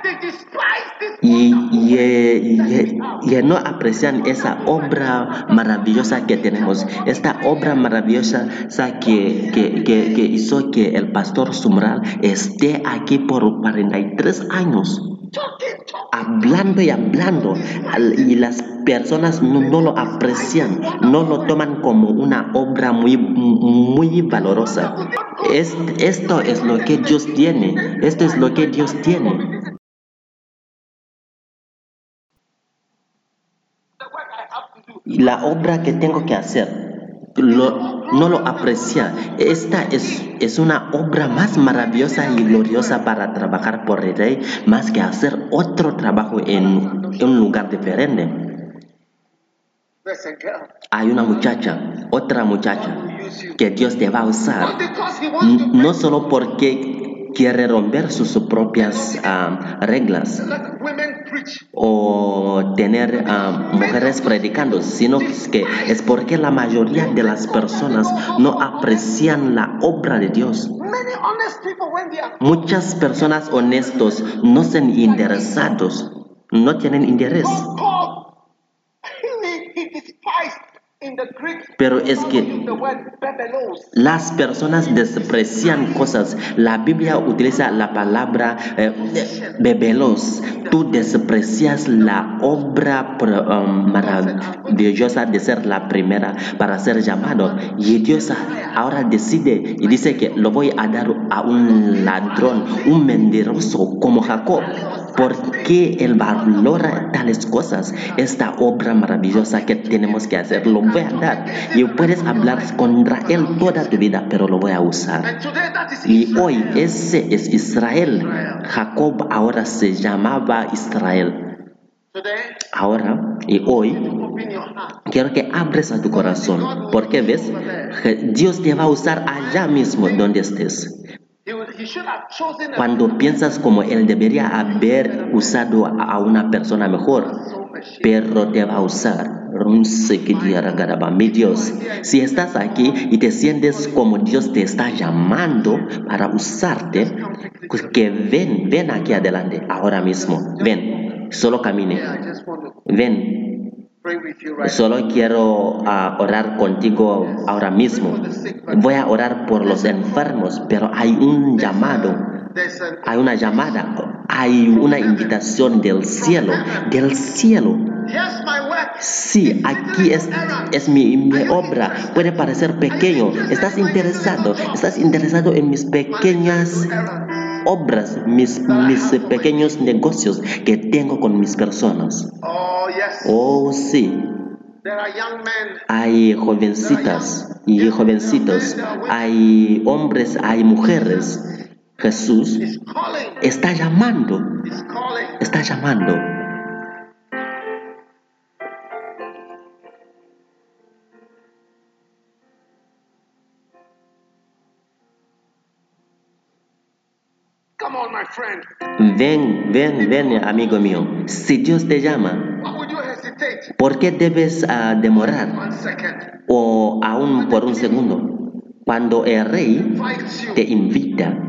Y, y, y, y no aprecian esa obra maravillosa que tenemos, esta obra maravillosa que, que, que, que hizo que el pastor Sumral esté aquí por cuarenta y tres años. hablando y hablando, y las personas no, no lo aprecian, no lo toman como una obra muy, muy valorosa. Es, esto es lo que Dios tiene, esto es lo que Dios tiene. La obra que tengo que hacer, lo, no lo aprecia. Esta es, es una obra más maravillosa y gloriosa para trabajar por el Rey, más que hacer otro trabajo en, en un lugar diferente. Hay una muchacha, otra muchacha, que Dios te va a usar, no solo porque quiere romper sus propias uh, reglas o tener uh, mujeres predicando, sino que es porque la mayoría de las personas no aprecian la obra de Dios. Muchas personas honestos no son interesados, no tienen interés. Pero es que las personas desprecian cosas. La Biblia utiliza la palabra eh, bebelos. Tú desprecias la obra um, maravillosa de ser la primera para ser llamado. Y Dios ahora decide y dice que lo voy a dar a un ladrón, un mentiroso como Jacob. Porque Él valora tales cosas, esta obra maravillosa que tenemos que hacer, lo voy a dar. Y puedes hablar contra Él toda tu vida, pero lo voy a usar. Y hoy ese es Israel. Jacob ahora se llamaba Israel. Ahora y hoy quiero que abres a tu corazón, porque ves, Dios te va a usar allá mismo donde estés. Cuando piensas como Él debería haber usado a una persona mejor, pero te va a usar. Mi Dios, si estás aquí y te sientes como Dios te está llamando para usarte, pues que ven, ven aquí adelante, ahora mismo, ven, solo camine, ven. Solo quiero uh, orar contigo ahora mismo. Voy a orar por los enfermos, pero hay un llamado, hay una llamada, hay una invitación del cielo, del cielo. Sí, aquí es, es mi, mi obra. Puede parecer pequeño. ¿Estás interesado? ¿Estás interesado en mis pequeñas obras, mis, mis pequeños negocios que tengo con mis personas? Oh, sí. Hay jovencitas y jovencitos, hay hombres, hay mujeres. Jesús está llamando, está llamando. Ven, ven, ven, amigo mío. Si Dios te llama, ¿por qué debes uh, demorar? O aún por un segundo. Cuando el rey te invita,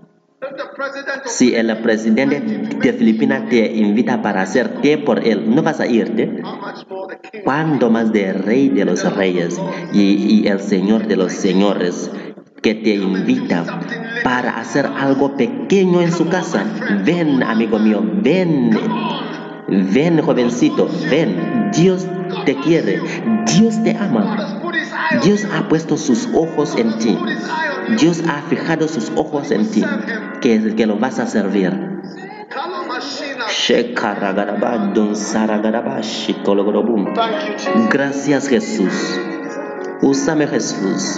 si el presidente de Filipinas te invita para hacer té por él, ¿no vas a irte? ¿Cuándo más del rey de los reyes y, y el señor de los señores que te invita para hacer algo pequeño en su casa? Ven, amigo mío, ven, ven, jovencito, ven. Dios te quiere, Dios te ama. Dios ha puesto sus ojos en ti. Dios ha fijado sus ojos en ti, que, que lo vas a servir. Gracias, Jesús. Úsame, Jesús.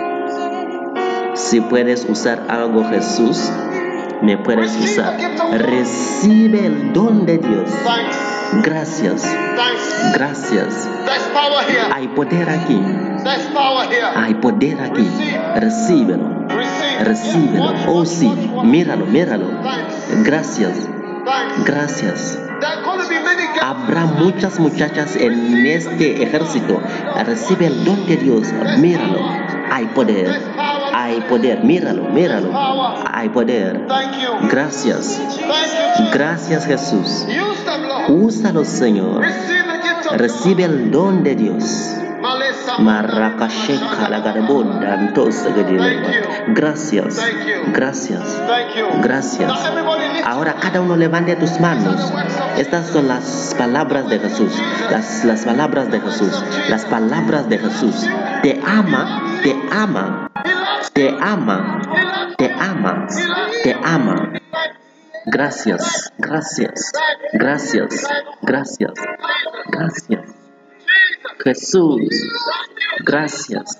Si puedes usar algo, Jesús, me puedes usar. Recibe el don de Dios. Gracias. Gracias. Hay poder aquí. Hay poder aquí. Recíbelo. Recíbelo. Oh sí. Míralo, míralo. Gracias. Gracias. Habrá muchas muchachas en este ejército. Recibe el don de Dios. Míralo. Hay poder. Hay poder. Míralo, míralo. Hay poder. Gracias. Gracias, Jesús. Úsalo, Señor. Recibe el don de Dios. Marrakasheka la garabunda entonces gracias, gracias, gracias. Ahora cada uno levante tus manos. Estas son las palabras de Jesús, las, las palabras de Jesús, las palabras de Jesús. Te ama, te ama, te ama, te ama, te ama. Gracias, gracias, gracias, gracias, gracias. Jesús, gracias.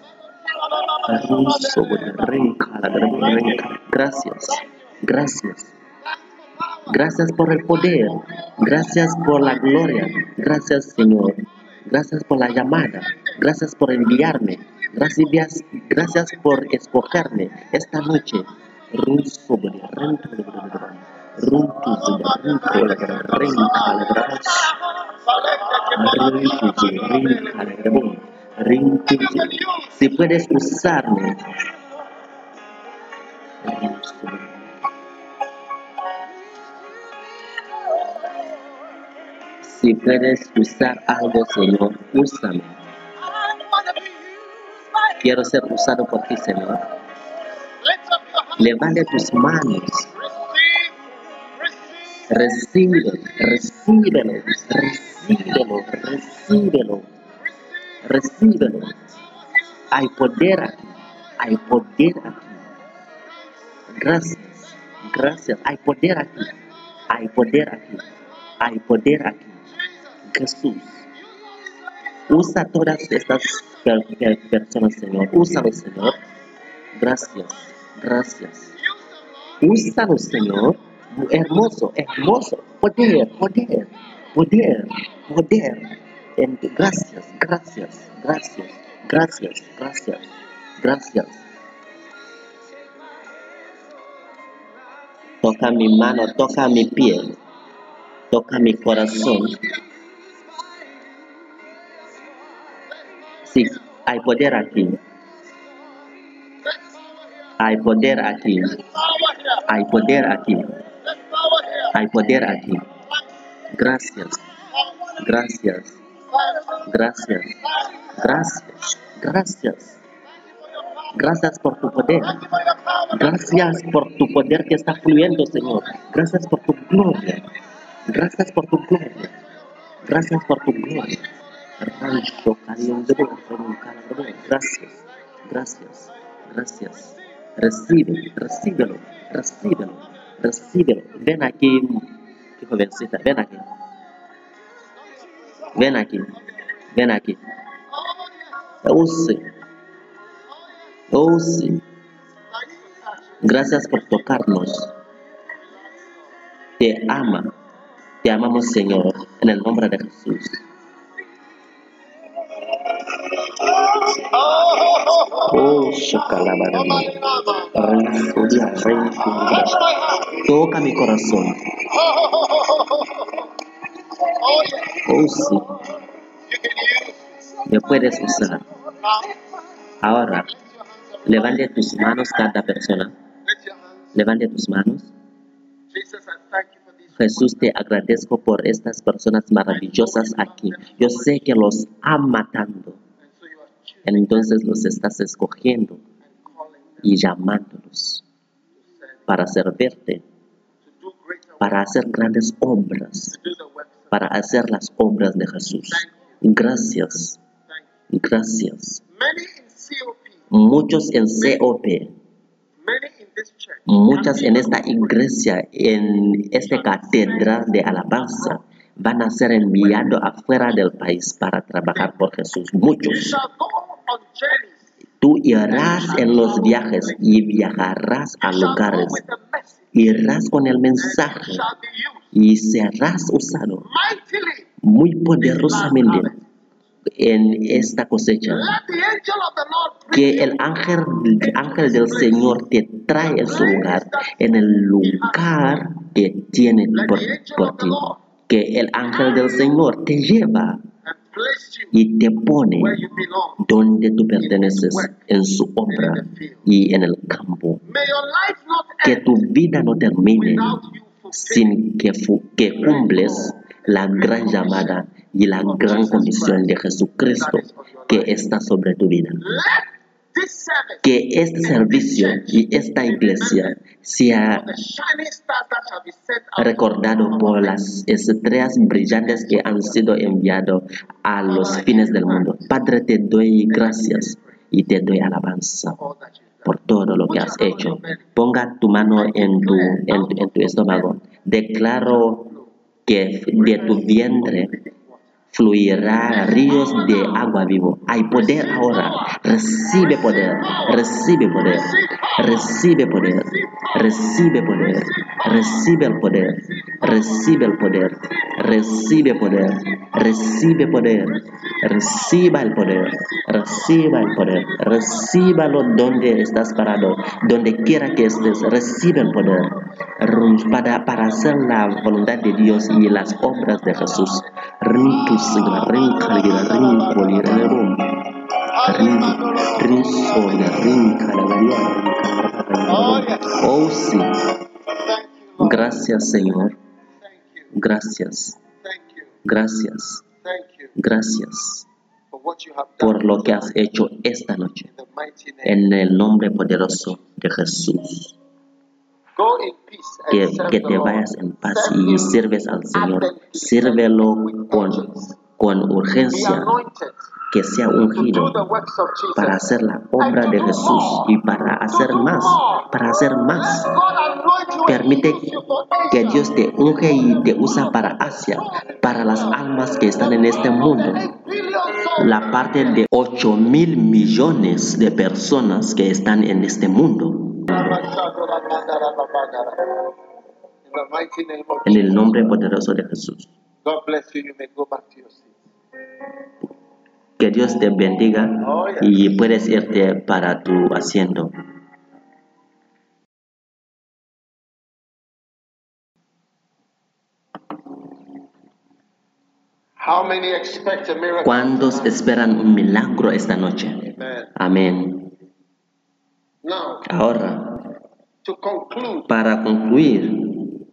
Gracias, gracias. Gracias por el poder. Gracias por la gloria. Gracias, Señor. Gracias por la llamada. Gracias por enviarme. Gracias, gracias por escogerme esta noche. Si puedes usarme, si puedes usar algo, Señor, úsame. Quiero ser usado por ti, Señor. Levante tus manos. Recíbelo, recíbelo, recíbelo, recíbelo, recíbelo. Hay poder aquí, hay poder aquí. Gracias, gracias. Hay poder aquí, hay poder aquí, hay poder aquí. Jesús, usa todas estas per per personas, Señor. Úsalo, Señor. Gracias, gracias. Úsalo, Señor. Hermoso, hermoso. Poder, poder, poder, poder. En, gracias, gracias, gracias, gracias, gracias, gracias. Toca mi mano, toca mi pie, toca mi corazón. Sí, hay poder aquí. Hay poder aquí. Hay poder aquí. Hay poder aquí. Gracias. Gracias. Gracias. Gracias. Gracias. Gracias por tu poder. Gracias por tu poder que está fluyendo, Señor. Gracias por tu gloria. Gracias por tu gloria. Gracias por tu gloria. Gracias. Gracias. Gracias. Recibe, recíbelo, recíbelo, recíbelo. Ven aquí, jovencita, ven aquí. Ven aquí, ven aquí. Use, use. Gracias por tocarnos. Te ama, te amamos, Señor, en el nombre de Jesús. Oh, Shakalabara. Toca mi corazón. Oh, sí. Me puedes usar. Ahora, levante tus manos cada persona. Levante tus manos. Jesús, te agradezco por estas personas maravillosas aquí. Yo sé que los ama tanto. Entonces los estás escogiendo y llamándolos para servirte, para hacer grandes obras, para hacer las obras de Jesús. Gracias, gracias. Muchos en C O P, muchas en esta iglesia, en esta catedral de alabanza, van a ser enviados afuera del país para trabajar por Jesús. Muchos. Tú irás en los viajes y viajarás a lugares. Irás con el mensaje y serás usado muy poderosamente en esta cosecha. Que el ángel, el ángel del Señor te trae en su lugar, en el lugar que tiene por, por ti. Que el ángel del Señor te lleva y te pone donde tú perteneces, en su obra y en el campo. Que tu vida no termine sin que, que cumples la gran llamada y la gran comisión de Jesucristo que está sobre tu vida. Que este servicio y esta iglesia sea recordado por las estrellas brillantes que han sido enviadas a los fines del mundo. Padre, te doy gracias y te doy alabanza por todo lo que has hecho. Ponga tu mano en tu, en, en tu estómago. Declaro que de tu vientre fluirá ríos de agua vivo. Hay poder ahora. Recibe poder, recibe poder, recibe poder, recibe poder, recibe el poder, recibe el poder, recibe poder, recibe poder, reciba el poder, reciba el poder, recíbalo donde estás parado, donde quiera que estés, recibe el poder para, para hacer la voluntad de Dios y las obras de Jesús. Oh sí, gracias Señor, gracias, gracias, gracias por lo que has hecho esta noche, en el nombre poderoso de Jesús. Que, que te vayas en paz y sirves al Señor, sírvelo con, con urgencia, que sea ungido para hacer la obra de Jesús y para hacer más, para hacer más. Permite que Dios te unge y te usa para Asia, para las almas que están en este mundo. La parte de ocho mil millones de personas que están en este mundo. En el nombre poderoso de Jesús. Que Dios te bendiga y puedes irte para tu asiento. ¿Cuántos esperan un milagro esta noche? Amén. Ahora, para concluir,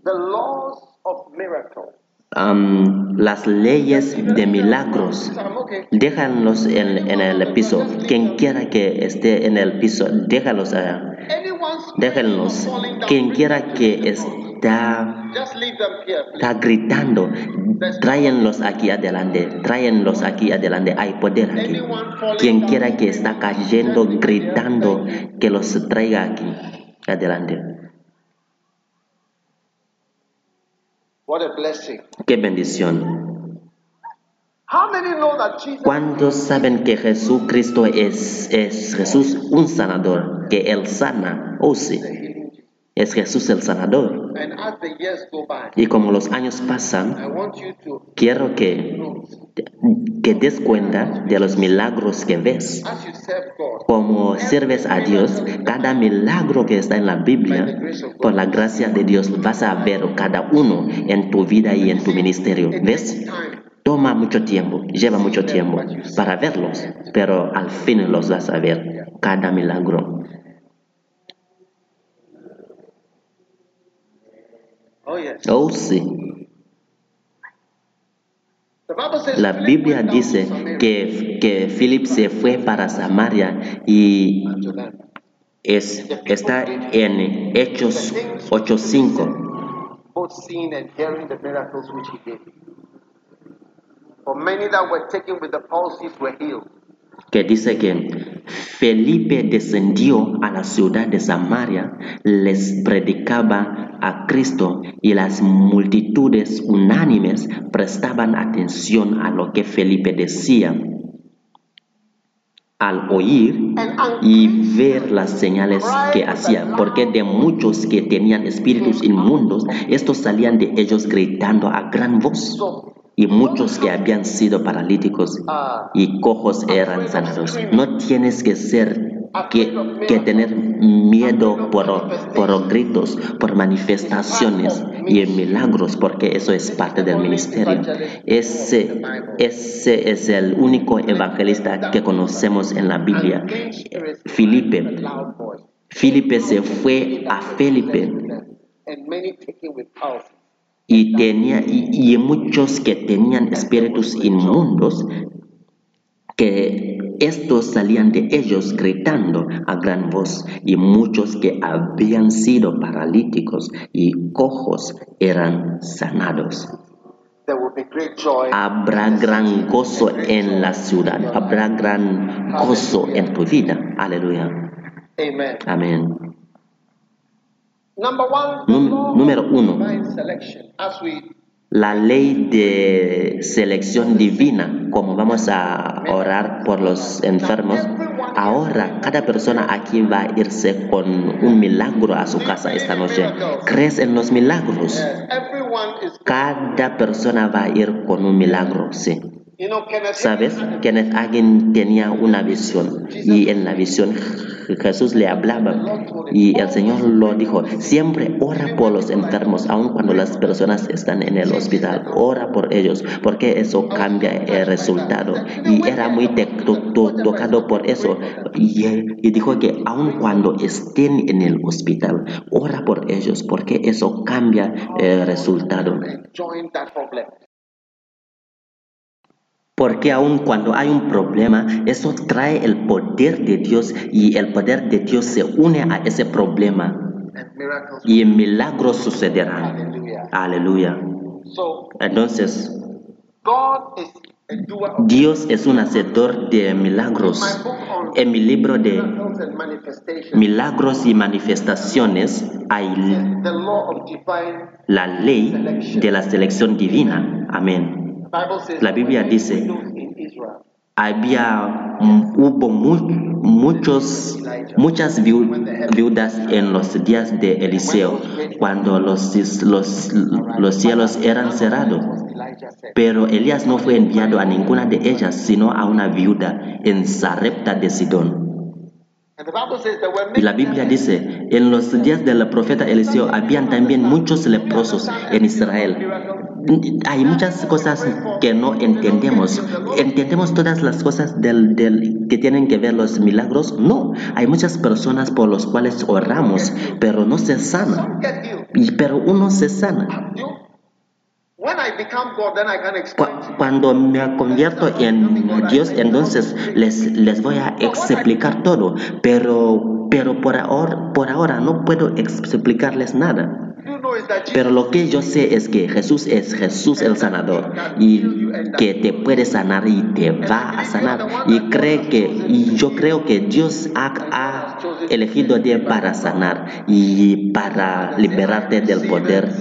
um, las leyes de milagros, déjalos en, en el piso. Quien quiera que esté en el piso, déjalos allá. Déjenlos. Quien quiera que está, está gritando, tráenlos aquí adelante, tráenlos aquí adelante, hay poder aquí. Quien quiera que está cayendo, gritando, que los traiga aquí adelante. Qué bendición. ¿Cuántos saben que Jesucristo es, es Jesús un sanador? Que Él sana. Oh sí, es Jesús el sanador. Y como los años pasan, quiero que, que des cuenta de los milagros que ves. Como sirves a Dios, cada milagro que está en la Biblia, por la gracia de Dios, vas a ver cada uno en tu vida y en tu ministerio. ¿Ves? Toma mucho tiempo, lleva mucho tiempo para verlos, pero al fin los vas a ver, cada milagro. Oh sí. La Biblia dice que, que Philip se fue para Samaria y es, está en Hechos ocho cinco. Que dice que Felipe descendió a la ciudad de Samaria, les predicaba a Cristo y las multitudes unánimes prestaban atención a lo que Felipe decía. Al oír y ver las señales que hacía, porque de muchos que tenían espíritus inmundos, estos salían de ellos gritando a gran voz. Y muchos que habían sido paralíticos y cojos eran sanados. No tienes que ser que, que tener miedo por, por gritos, por manifestaciones y milagros, porque eso es parte del ministerio. Ese, ese es el único evangelista que conocemos en la Biblia, Felipe. Felipe se fue a Felipe y, tenía, y, y muchos que tenían espíritus inmundos, que estos salían de ellos gritando a gran voz, y muchos que habían sido paralíticos y cojos eran sanados. There will be great joy. Habrá gran gozo en la ciudad, habrá gran gozo en tu vida. Aleluya. Amen. Amén. Number one, Num- the law número of uno. divine selection. As we La ley de selección divina, como vamos a orar por los enfermos, ahora cada persona aquí va a irse con un milagro a su casa esta noche. ¿Crees en los milagros? yes, everyone is. Cada persona va a ir con un milagro, sí. You know, Kenneth. ¿Sabes? Kenneth Hagin tenía una visión, y en la visión Jesús le hablaba y el Señor lo dijo: siempre ora por los enfermos, aun cuando las personas están en el hospital, ora por ellos, porque eso cambia el resultado. Y era muy te- to- to- tocado por eso, y, y dijo que aun cuando estén en el hospital, ora por ellos, porque eso cambia el resultado. Join that problem. Porque aun cuando hay un problema, eso trae el poder de Dios, y el poder de Dios se une a ese problema, And miracles. y milagros sucederán. Hallelujah. Aleluya. So Entonces, God is a doer of Dios es un hacedor de milagros. my book on En mi libro de miracles and manifestations. milagros y manifestaciones hay The law of divine. la ley de la selección divina. Amén. The Bible says. La Biblia when dice, widows in Israel. Había, mm, hubo mu- muchos, muchas viu- viudas en los días de Eliseo, cuando los, los, los cielos eran cerrados. Elijah said. Pero Elías no fue enviado a ninguna de ellas, sino a una viuda en Sarepta de Sidón. And the Bible says that when Y la Biblia dice, en los días del profeta Eliseo habían también muchos leprosos en Israel. Hay muchas cosas que no entendemos. ¿Entendemos todas las cosas del, del, que tienen que ver los milagros? No. Hay muchas personas por las cuales oramos, pero no se sanan. some get healed. Y, pero uno se sana. You, when I become God, then I can explain. Cu- Cuando me convierto en Dios, entonces les, les voy a explicar todo. Pero, pero por, ahora, por ahora no puedo explicarles nada. You know is that Jesus Pero lo que yo sé es que Jesús es Jesús el sanador, y que te puede sanar y te va a sanar. Y, cree que, y yo creo que Dios ha, ha elegido ti para sanar y para liberarte del poder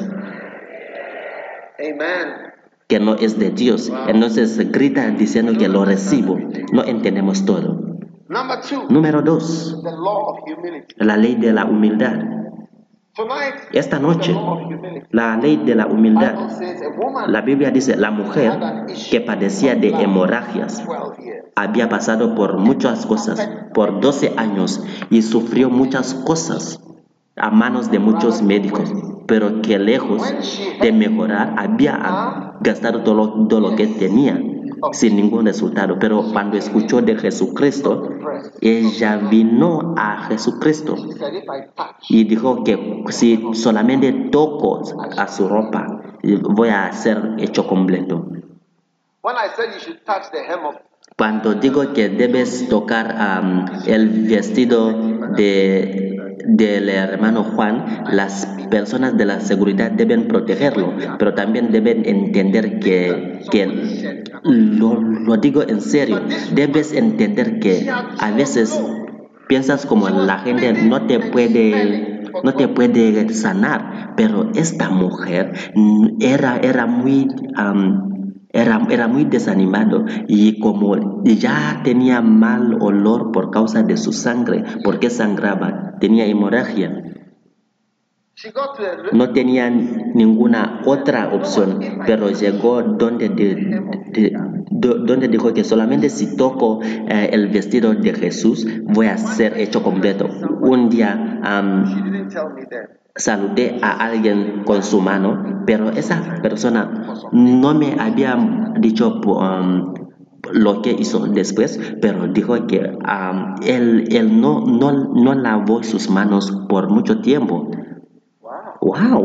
Amen. que no es de Dios. Entonces grita diciendo que lo recibo. No entendemos todo. Number two, Número dos, the law of humility. la ley de la humildad. Tonight, Esta the noche, law of humility. la ley de la Bible humildad. says a woman La Biblia dice, la mujer que padecía de hemorragias twelve years. había pasado por muchas cosas, por doce años, y sufrió muchas cosas a manos de muchos médicos, pero que lejos de mejorar había gastado todo lo, todo lo que tenía sin ningún resultado. Pero cuando escuchó de Jesucristo, ella vino a Jesucristo She said, if I touch, y dijo que si solamente toco a su ropa, voy a ser hecho completo. when I said you should touch the hem of, Cuando digo que debes tocar um, el vestido de, del hermano Juan, las personas de la seguridad deben protegerlo, pero también deben entender que, que lo, lo digo en serio, debes entender que a veces piensas como la gente no te puede, no te puede sanar, pero esta mujer mm, era, era muy... um, Era, era muy desanimado, y como ya tenía mal olor por causa de su sangre, porque sangraba, tenía hemorragia, she got to a, no tenía ninguna otra opción, pero llegó donde, de, de- do- donde dijo que solamente si toco eh, el vestido de Jesús voy a ser hecho completo. Un día um, she didn't tell me that. saludé a alguien con su mano, pero esa persona no me había dicho um, lo que hizo después, pero dijo que um, él, él no, no, no lavó sus manos por mucho tiempo. Wow. ¡Wow!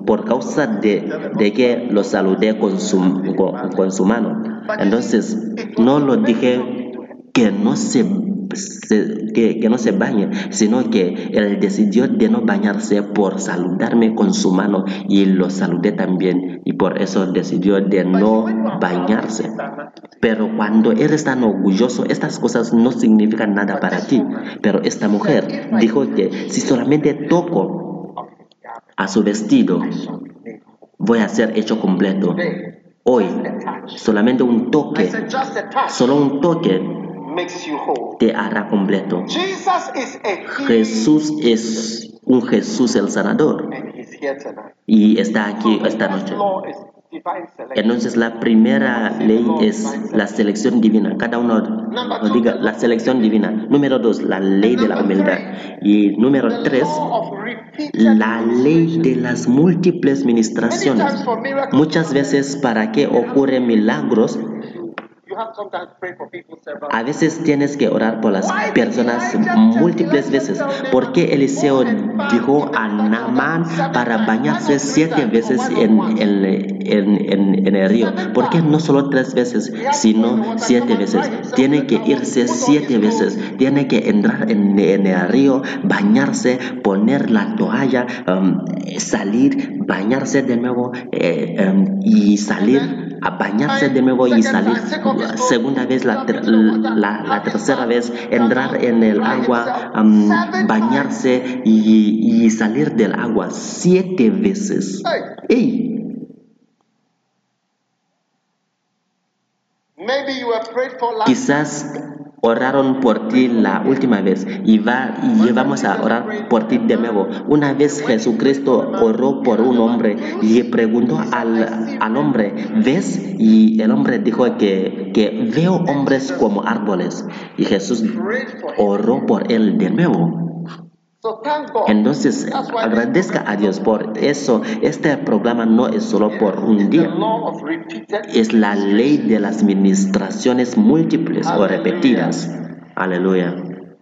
por causa de, de que lo saludé con su, con, con su mano. Entonces, no lo dije que no se, se que, que no se bañe, sino que él decidió de no bañarse por saludarme con su mano y lo saludé también, y por eso decidió de no bañarse. Pero cuando eres tan orgulloso, estas cosas no significan nada para ti. Pero esta mujer dijo que si solamente toco a su vestido, voy a ser hecho completo. Hoy, solamente un toque, solo un toque te hará completo. Jesús es un Jesús el sanador y está aquí esta noche. Entonces la primera ley es la selección divina. Cada uno lo diga, la selección divina. Número dos, la ley de la humildad. Y número tres, la ley de las múltiples ministraciones. Muchas veces, para que ocurren milagros, a veces tienes que orar por las personas múltiples veces. Porque Eliseo dijo a Naamán para bañarse siete veces en, en, en, en, en el río? ¿Por qué no solo tres veces, sino siete veces? Tiene que irse siete veces. Tiene que entrar en, en el río, bañarse, poner la toalla, um, salir, bañarse de nuevo eh, um, y salir. A bañarse de nuevo y salir segunda vez, la, ter la, la tercera vez, entrar en el agua, um, bañarse y, y salir del agua siete veces. Hey. Quizás oraron por ti la última vez y, va, y vamos a orar por ti de nuevo. Una vez Jesucristo oró por un hombre y preguntó al, al hombre, ¿ves? Y el hombre dijo que, que veo hombres como árboles. Y Jesús oró por él de nuevo. Entonces, agradezca a Dios por eso. Este programa no es solo por un día. Es la ley de las ministraciones múltiples o repetidas. Aleluya.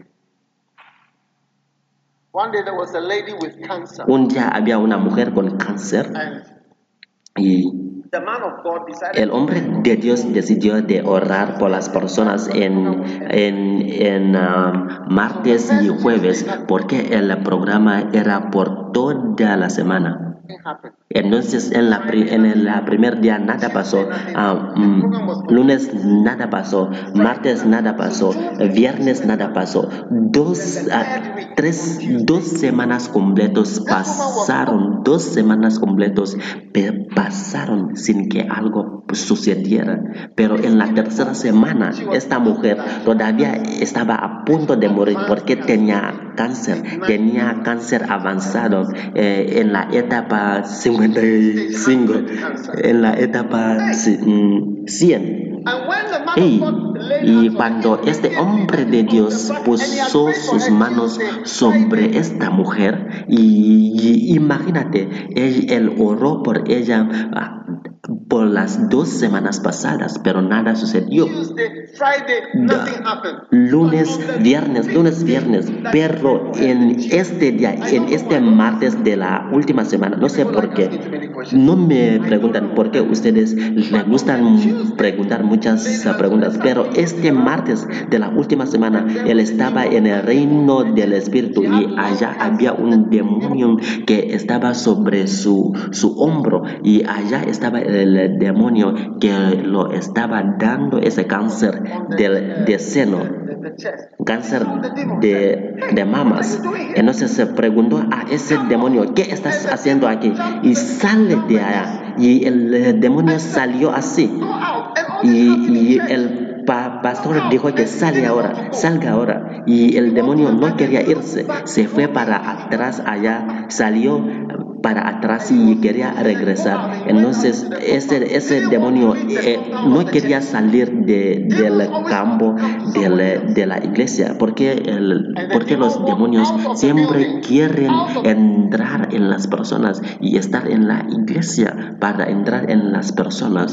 Un día había una mujer con cáncer y el hombre de Dios decidió de orar por las personas en, en, en um, martes y jueves, porque el programa era por toda la semana. Entonces en la en el primer día nada pasó, um, lunes nada pasó, martes nada pasó, viernes nada pasó. Dos, uh, tres, dos semanas completos pasaron, dos semanas completos pasaron sin que algo sucediera. Pero en la tercera semana esta mujer todavía estaba a punto de morir porque tenía cáncer, tenía cáncer avanzado eh, en la etapa cincuenta y cinco, en la etapa cien. Y, y cuando este hombre de Dios puso sus manos sobre esta mujer, y, y imagínate, él, él oró por ella por las dos semanas pasadas, pero nada sucedió. Lunes, viernes, lunes, viernes, pero en este día, en este martes de la última semana, no sé por qué, no me preguntan por qué ustedes les gustan preguntar muchas preguntas, pero este martes de la última semana, él estaba en el reino del Espíritu y allá había un demonio que estaba sobre su, su hombro, y allá estaba el demonio que lo estaba dando ese cáncer de, de seno, cáncer de, de mamas. Entonces se preguntó a ese demonio, ¿qué estás haciendo aquí? Y sale de allá. Y el demonio salió así. Y, y el pa pastor dijo que sale ahora, salga ahora. Y el demonio no quería irse, se fue para atrás allá, salió para atrás y quería regresar. Entonces ese, ese demonio eh, no quería salir de, del campo de la, de la iglesia, porque, el, porque los demonios siempre quieren entrar en las personas y estar en la iglesia para entrar en las personas.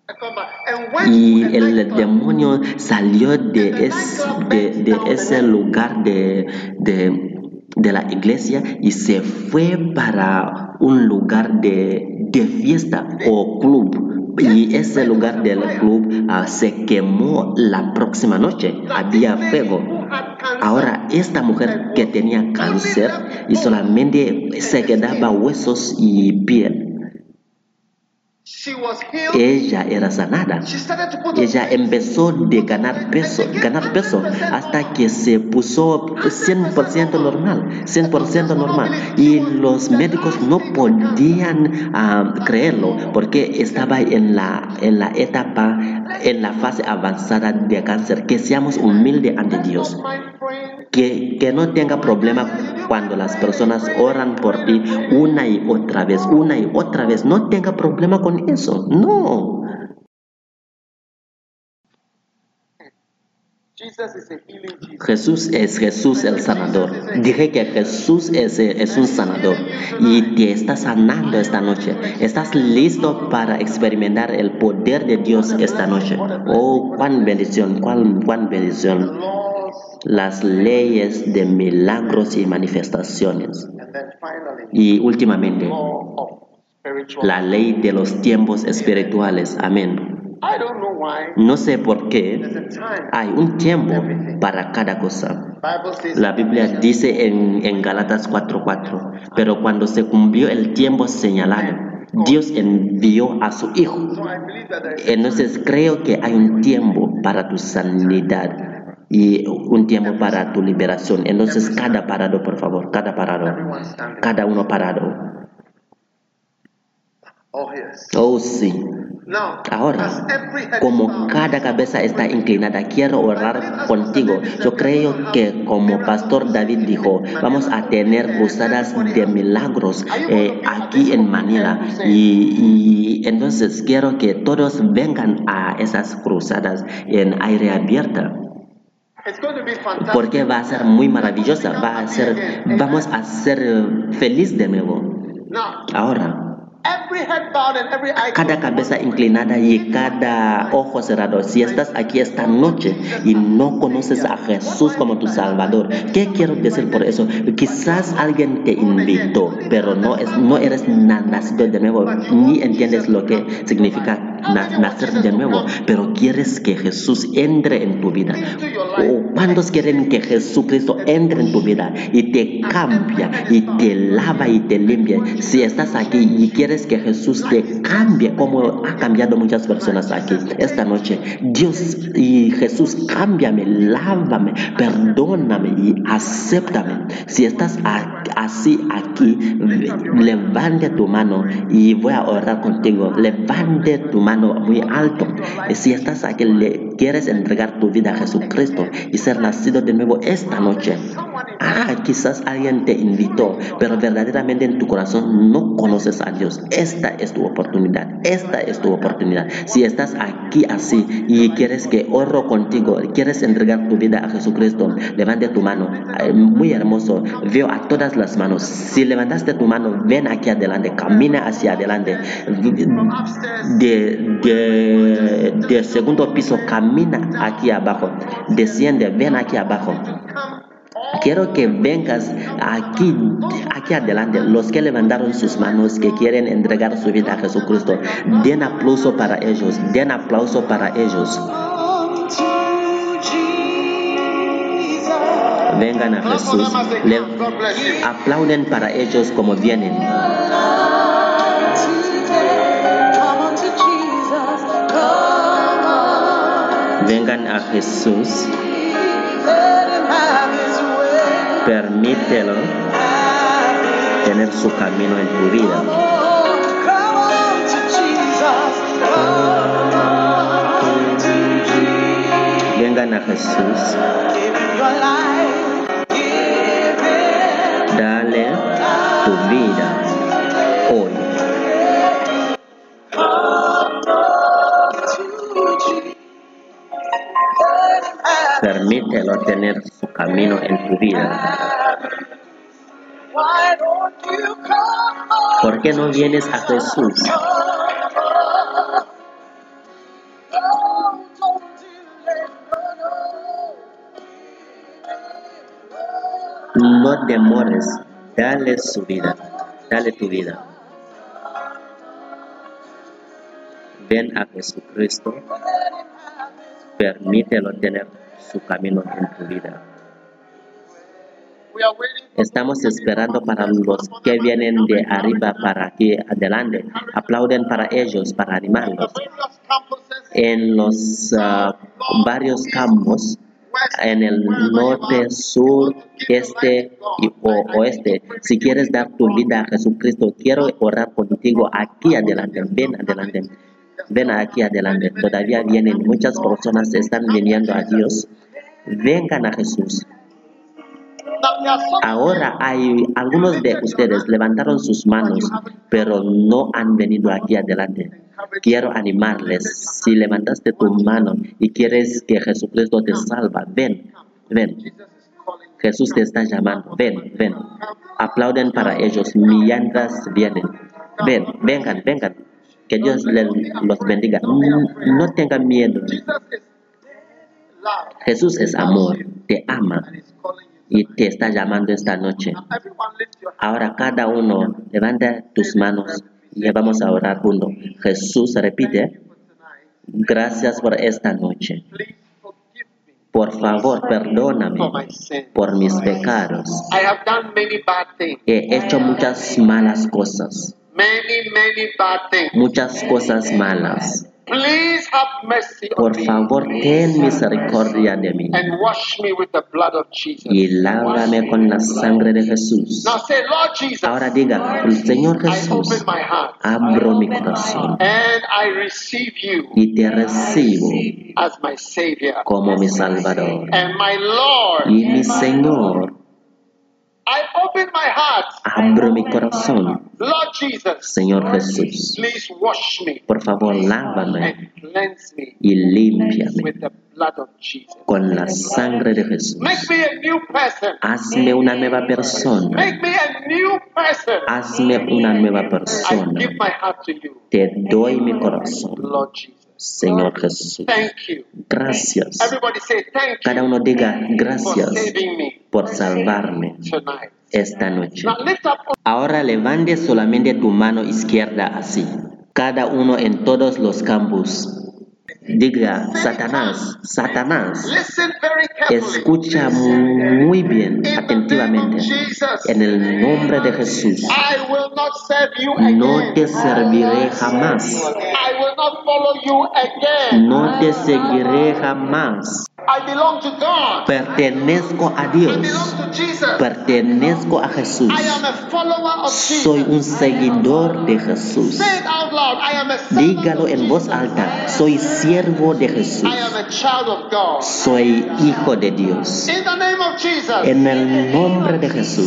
Y el demonio salió de, es, de, de ese lugar de, de de la iglesia y se fue para un lugar de, de fiesta o club. Y ese lugar del club uh, se quemó la próxima noche. Había fuego. Ahora, esta mujer que tenía cáncer y solamente se quedaba huesos y piel, ella era sanada. Ella empezó de ganar peso, ganar peso hasta que se puso cien por ciento normal, cien por ciento normal. Y los médicos no podían uh, creerlo porque estaba en la, en la etapa, en la fase avanzada de cáncer. Que seamos humildes ante Dios. Que, que no tenga problema cuando las personas oran por ti una y otra vez, una y otra vez. No tenga problema con eso. No. Jesús es Jesús el sanador. Dije que Jesús es, es un sanador y te está sanando esta noche. ¿Estás listo para experimentar el poder de Dios esta noche? Oh, cuán bendición, cuán, cuán bendición. Las leyes de milagros y manifestaciones. Y últimamente, la ley de los tiempos espirituales. Amén. No sé por qué hay un tiempo para cada cosa. La Biblia dice en, en Gálatas cuatro cuatro, pero cuando se cumplió el tiempo señalado, Dios envió a su Hijo. Entonces creo que hay un tiempo para tu sanidad y un tiempo para tu liberación. Entonces cada parado, por favor, cada parado, cada uno parado. Oh sí. Ahora, como cada cabeza está inclinada, quiero orar contigo. Yo creo que como Pastor David dijo, vamos a tener cruzadas de milagros eh, aquí en Manila. Y, y entonces quiero que todos vengan a esas cruzadas en aire abierto. Porque va a ser muy maravillosa, va a ser, vamos a ser feliz de nuevo. Ahora, cada cabeza inclinada y cada ojo cerrado. Si estás aquí esta noche y no conoces a Jesús como tu Salvador, ¿qué quiero decir por eso? Quizás alguien te invitó, pero no, es, no eres nacido de nuevo, ni entiendes lo que significa nacer de nuevo, pero quieres que Jesús entre en tu vida. ¿O cuántos quieren que Jesucristo entre en tu vida y te cambia y te lava y te limpia? Si estás aquí y quieres que Jesús te cambie como ha cambiado muchas personas aquí esta noche, Dios y Jesús, cámbiame, lávame, perdóname y acéptame. Si estás así aquí, levante tu mano y voy a orar contigo. Levante tu mano muy alto. Si estás aquí, le quieres entregar tu vida a Jesucristo y ser nacido de nuevo esta noche. Ah, quizás alguien te invitó, pero verdaderamente en tu corazón no conoces a Dios. Esta es tu oportunidad. Esta es tu oportunidad. Si estás aquí así y quieres que oro contigo, quieres entregar tu vida a Jesucristo, levante tu mano. Muy hermoso. Veo a todas las manos. Si levantaste tu mano, ven aquí adelante, camina hacia adelante. De, de, de segundo piso, camina aquí abajo. Desciende, ven aquí abajo. Quiero que vengas aquí, aquí adelante. Los que levantaron sus manos, que quieren entregar su vida a Jesucristo, den aplauso para ellos, den aplauso para ellos. Vengan a Jesús, le aplauden para ellos como vienen. Vengan a Jesús. Permítelo tener su camino en tu vida. Vengan a Jesús. Dale tu vida hoy. Permítelo tener su camino en tu vida. ¿Por qué no vienes a Jesús? no demores, dale su vida, dale tu vida. Ven a Jesucristo, permítelo tener su camino en tu vida. Estamos esperando para los que vienen de arriba para aquí adelante. Aplauden para ellos, para animarlos. En los uh, varios campos, en el norte, sur, este y o, oeste, si quieres dar tu vida a Jesucristo, quiero orar contigo aquí adelante. Ven adelante. Ven aquí adelante. Todavía vienen muchas personas, están viniendo a Dios. Vengan a Jesús. Ahora hay algunos de ustedes levantaron sus manos, pero no han venido aquí adelante. Quiero animarles. Si levantaste tu mano y quieres que Jesucristo te salva, ven, ven. Jesús te está llamando. Ven, ven. Aplauden para ellos mientras vienen. Ven, vengan, vengan. Que Dios les, los bendiga. No, no tengan miedo. Jesús es amor, te ama y te está llamando esta noche. Ahora cada uno levanta tus manos y vamos a orar juntos. Jesús repite, gracias por esta noche. Por favor, perdóname por mis pecados. He hecho muchas malas cosas. Muchas cosas malas. Por favor, ten misericordia de mí y lávame con la sangre de Jesús. Ahora diga, Señor Jesús, abro mi corazón y te recibo como mi Salvador y mi Señor. Abro mi corazón. Señor Jesús, por favor, lávame y límpiame con la sangre de Jesús. Hazme una nueva persona. Hazme una nueva persona. Te doy mi corazón. Señor Jesús, gracias. Cada uno diga gracias por salvarme esta noche. Ahora levante solamente tu mano izquierda así. Cada uno en todos los campos. Diga, Satanás, Satanás, escucha muy bien, atentivamente. En el nombre de Jesús, no te serviré jamás. No te seguiré jamás. Pertenezco a Dios. Pertenezco a Jesús. Soy un seguidor de Jesús. Dígalo en voz alta. Soy siervo de Jesús. Soy hijo de Dios. En el nombre de Jesús.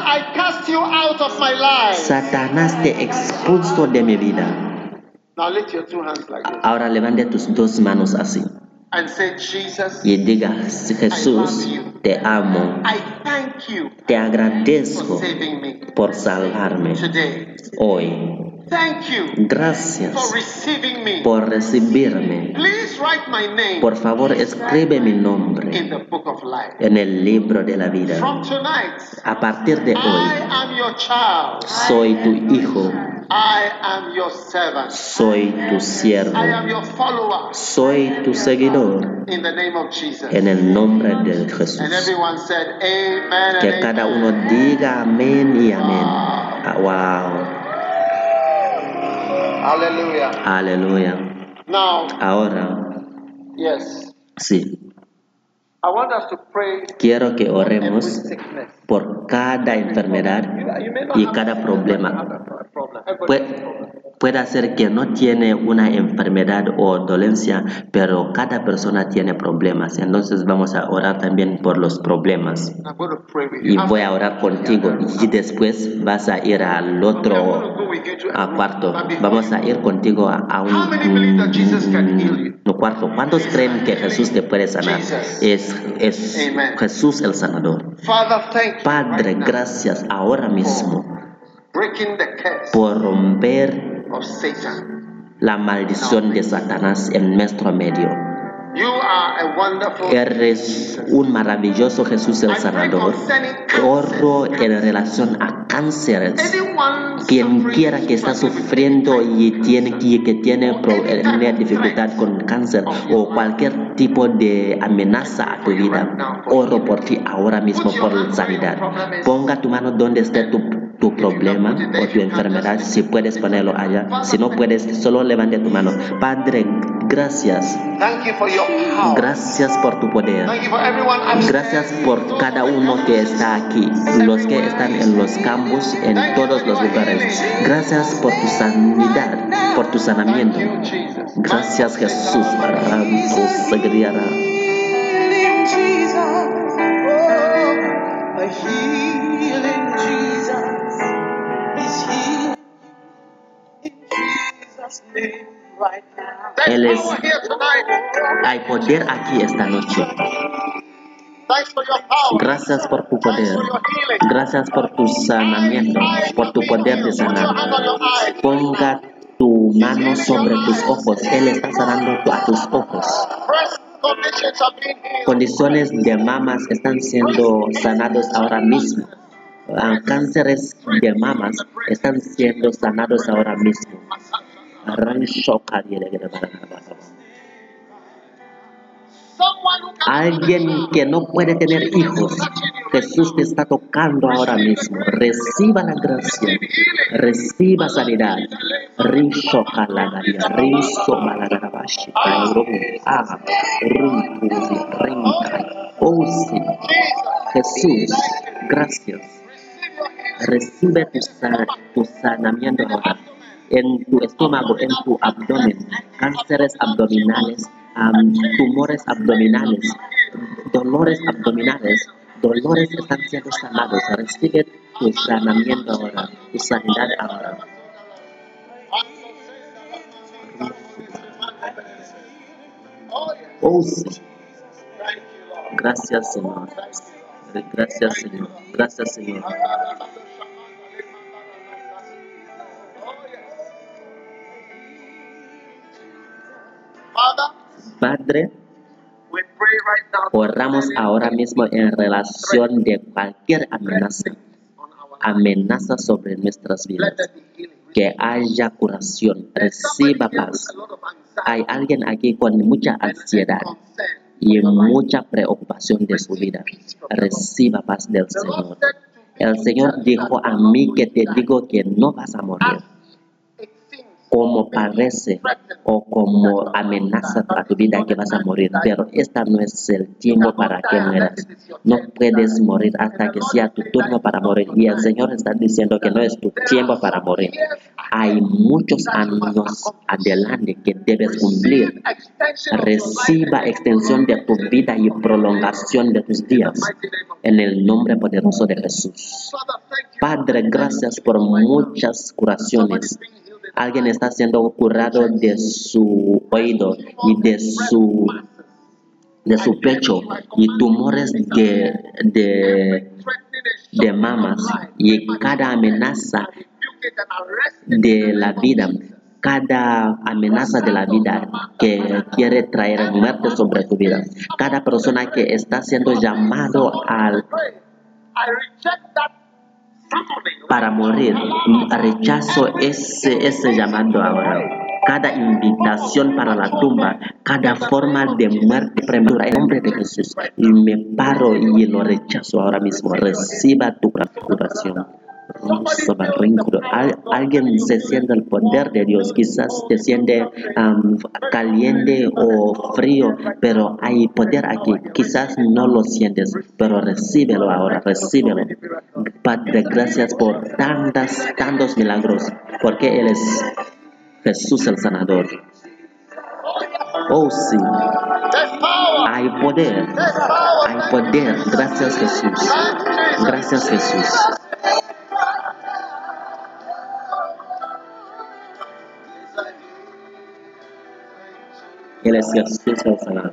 Satanás, te expulso de mi vida. Ahora levante tus dos manos así. Y diga, Jesús, te amo. Te agradezco por salvarme hoy. Gracias por recibirme. Por favor, escribe mi nombre en el libro de la vida. A partir de hoy, soy tu hijo. Soy tu siervo. Soy tu seguidor. En el nombre de Jesús. Que cada uno diga amén y amén. Wow. Hallelujah. Aleluya. Now, Ahora, yes. sí. I want us to pray Quiero que for every oremos sickness. por cada enfermedad You may not y have cada a problema. problem. Everybody Pue- has a problem. Puede ser que no tiene una enfermedad o dolencia, pero cada persona tiene problemas. Entonces vamos a orar también por los problemas. I'm going to pray with Y you. voy a orar contigo y después vas a ir al I'm going otro to go with you to a a room. cuarto. But before Vamos you a ir contigo a, a un, How many believe that Jesus can heal you? un cuarto. ¿Cuántos creen que Jesús te puede sanar? Jesus. Es, es Amen. Jesús el sanador. Father, thank you Padre, right now gracias ahora mismo for breaking the curse por romper of Satan. la maldición de Satanás en nuestro medio. You are a wonderful. Eres un maravilloso Jesús el I pray sanador. concerning Oro en relación a cánceres. anyone Quien suffering quiera que está sufriendo y tiene, y que tiene pro- eh, una dificultad con cáncer o cualquier tipo de amenaza a tu vida, oro por ti ahora mismo por la sanidad. Ponga tu mano donde esté tu, tu problema o tu enfermedad, si puedes ponerlo allá. Si no puedes, solo levante tu mano. Padre, gracias. Thank you for your power. Gracias por tu poder. Thank you for everyone upstairs. Gracias por cada uno que está aquí, los que están en los campos, en todos los lugares. Gracias por tu sanidad, por tu sanamiento. Thank you, Jesus. Gracias, Jesús. Ranto Segriara. Healing Jesus, oh, a healing Jesus is healing in Jesus' name right now. Él There's es- power here tonight. Hay poder aquí esta noche. Thanks for your power. Gracias por tu Thanks poder. for your healing. Gracias por tu sanamiento, por tu poder de Put your sanar. hand on your eyes. Ponga tu mano sobre tus ojos. Él está sanando a tus ojos. Breast conditions are being healed. Condiciones de mamas están siendo sanados ahora mismo. Ah, cánceres de mamas están siendo sanados ahora mismo. Someone who can Alguien que no puede tener hijos, Jesús te está tocando ahora mismo. Reciba la gracia, reciba sanidad. Risho kalagaria, risho malagarabashi, kairobu, ah, rumpuzi, rinkai, osi. Jesús, gracias. Recibe tu, sa- tu sanamiento ahora en tu estómago, en tu abdomen, cánceres abdominales, am, tumores abdominales, dolores abdominales, dolores están siendo sanados. Recibe tu sanamiento ahora, tu sanidad ahora. Oh, sí. Gracias, Señor. Gracias, Señor. Gracias, Señor. Father, Padre, we pray right now. oramos ahora mismo en relación de cualquier amenaza, On our amenaza sobre nuestras let vidas. there be healing. Que haya curación, reciba paz. A lot of Hay anxiety alguien aquí con mucha ansiedad concern. y mucha preocupación de su vida. Reciba paz del The Lord Señor. said to El Señor dijo a mí que te digo que no vas a morir, it seems como parece o como amenaza para tu vida que vas a morir, pero esta no es el tiempo para que mueras. No puedes morir hasta que sea tu turno para morir. Y el Señor está diciendo que no es tu tiempo para morir. Hay muchos años adelante que debes cumplir. extension of your life. Reciba extensión de tu vida y prolongación de tus días. En el nombre poderoso de Jesús. Father, thank you. Padre, gracias por muchas curaciones. Alguien está siendo curado de su oído y de su de su pecho y tumores de, de, de mamas y cada amenaza de la vida, cada amenaza de la vida que quiere traer muerte sobre tu vida, cada persona que está siendo llamado al I reject that summoning. para morir, rechazo ese, ese llamado ahora. Cada invitación para la tumba, cada forma de muerte prematura, en nombre de Jesús, y me paro y lo rechazo ahora mismo. Reciba tu curación. Al- Alguien se siente el poder de Dios, quizás se siente um, caliente o frío, pero hay poder aquí. Quizás no lo sientes, pero recíbelo ahora, recíbelo. Padre, gracias por tantas, tantos milagros, porque Él es Jesús el sanador. Oh sí, There's power. hay poder, There's power. hay poder. Gracias Jesús, gracias Jesús. Él es Jesús el sanador.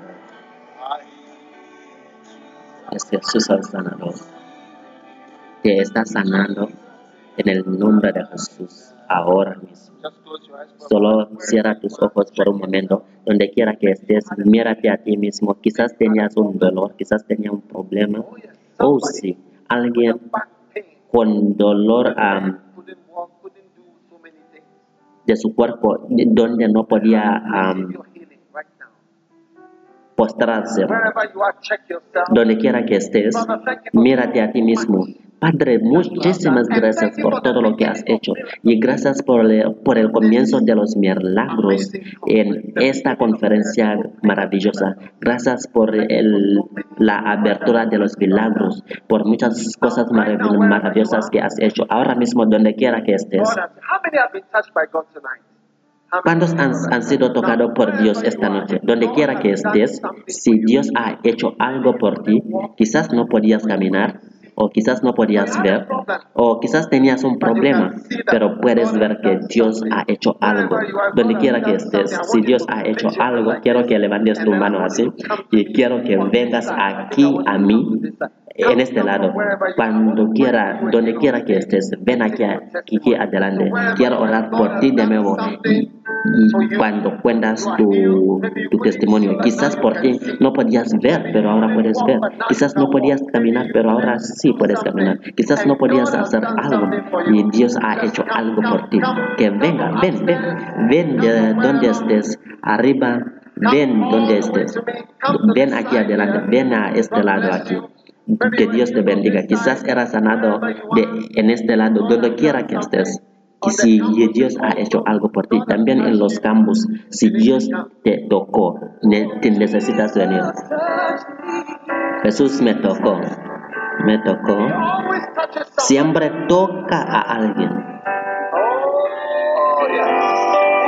Es Jesús el sanador. Te está sanando En el nombre de Jesús, ahora mismo. Just close your eyes for a Solo moment. cierra tus ojos por un momento, donde quiera que estés, mírate a ti mismo. Quizás tenías un dolor, quizás tenías un problema. Oh, sí, alguien Back pain. con dolor am, Couldn't walk, couldn't do so many things. de su cuerpo, donde no podía Receive am, your healing right now. postrarse. Wherever you are, check yourself. Donde quiera que estés, mírate a ti mismo. Padre, muchísimas gracias por todo lo que has hecho y gracias por el, por el comienzo de los milagros en esta conferencia maravillosa. Gracias por el, la abertura de los milagros, por muchas cosas marav- maravillosas que has hecho. Ahora mismo, donde quiera que estés. God has, how many have been touched by God tonight? How many? ¿Cuántos han, han sido tocados por Dios esta noche? Donde quiera que estés, si Dios ha hecho algo por ti, quizás no podías caminar, o quizás no podías ver, o quizás tenías un problema, pero puedes ver que Dios ha hecho algo. Donde quiera que estés, si Dios ha hecho algo, quiero que levantes tu mano así y quiero que vengas aquí a mí, en este lado. Cuando quiera, donde quiera que estés, ven aquí, aquí adelante. Quiero orar por ti de nuevo. Y, y cuando cuentas tu, tu testimonio, quizás por ti no podías ver, pero ahora puedes ver. Quizás no podías caminar, pero ahora sí puedes caminar. Quizás no podías hacer algo y Dios ha hecho algo por ti. Que venga, ven, ven, ven de donde estés, arriba, ven donde estés. Ven aquí adelante, ven a este lado aquí. Que Dios te bendiga. Quizás eras sanado de, en este lado, donde quiera que estés. Y si Dios ha hecho algo por ti, también en los campos, si Dios te tocó, ne- te necesitas venir. Jesús me tocó, me tocó. Always touches someone. Siempre toca a alguien. Oh, yeah.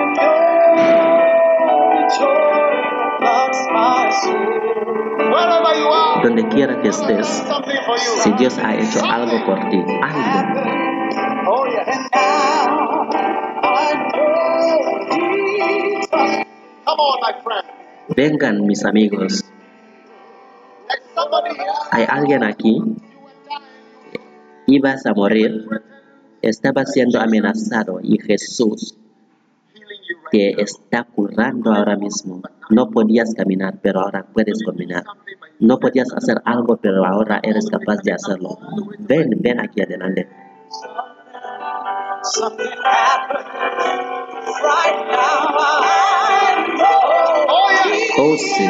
Wherever you are, Donde quiera que estés, something for you. si Dios ha hecho algo por ti, algo. Oh, yeah. Come on, my friend. Vengan mis amigos, There's somebody here. hay alguien aquí, ibas a morir, estaba siendo amenazado y Jesús Healing you right te está curando ahora mismo. No podías caminar, pero ahora puedes caminar. No podías hacer algo, pero ahora eres capaz de hacerlo. Ven, ven aquí adelante. Something happened right now. I know. Oh, yeah. Oh, sí.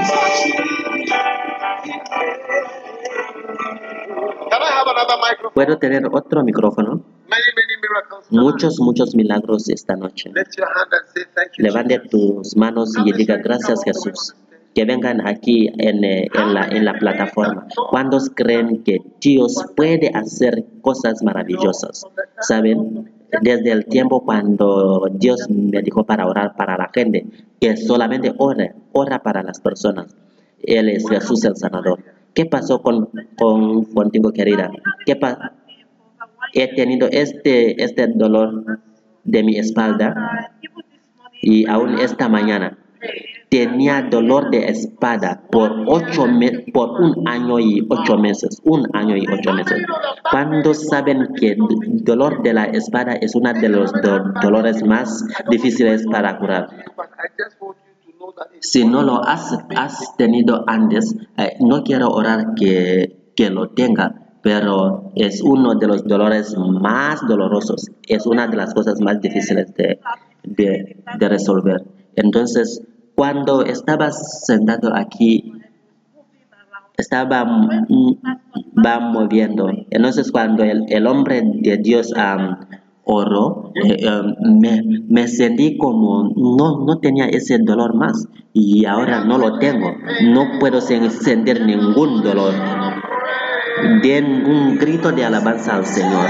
Can I have another microphone? ¿Puedo tener otro micrófono? Many, many miracles. tonight. Muchos, muchos milagros esta noche. Lift your hand and say thank you. Levante tus manos y diga gracias Jesús. Que vengan aquí en, eh, en, la, en la plataforma. ¿Cuántos creen que Dios puede hacer cosas maravillosas? ¿Saben? Desde el tiempo cuando Dios me dijo para orar para la gente, que solamente ora, ora para las personas. Él es Jesús el sanador. ¿Qué pasó con, con contigo, querida? ¿Qué pa- He tenido este, este dolor de mi espalda y aún esta mañana tenía dolor de espalda por ocho me- por un año y ocho meses, un año y ocho meses. Cuando saben que el dolor de la espalda es uno de los do- dolores más difíciles para curar. But I just want you to know that it's Si no lo has, has tenido antes, eh, no quiero orar que, que lo tenga, pero es uno de los dolores más dolorosos, es una de las cosas más difíciles de, de, de resolver. Entonces, cuando estaba sentado aquí, estaba mm, va moviendo. Entonces, cuando el, el hombre de Dios um, oró, eh, um, me, me sentí como no, no tenía ese dolor más y ahora no lo tengo. No puedo sen- sentir ningún dolor. Den un grito de alabanza al Señor.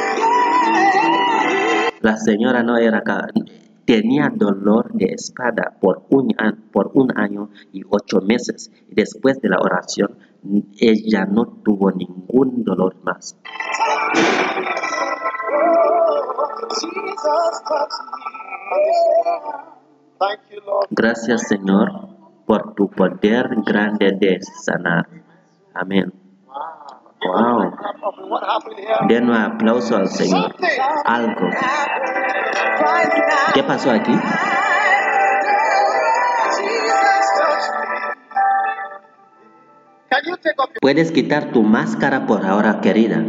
La señora no era acá. Tenía dolor de espalda por un, an- por un año y ocho meses. Y después de la oración, ella no tuvo ningún dolor más. Jesus touched me. thank you, Lord. Gracias, Señor, por tu poder grande de sanar. Amén. Wow. Wow. What happened here? Den un aplauso al Señor. Algo. ¿Qué pasó aquí? Can you take off your Puedes quitar tu máscara por ahora, querida.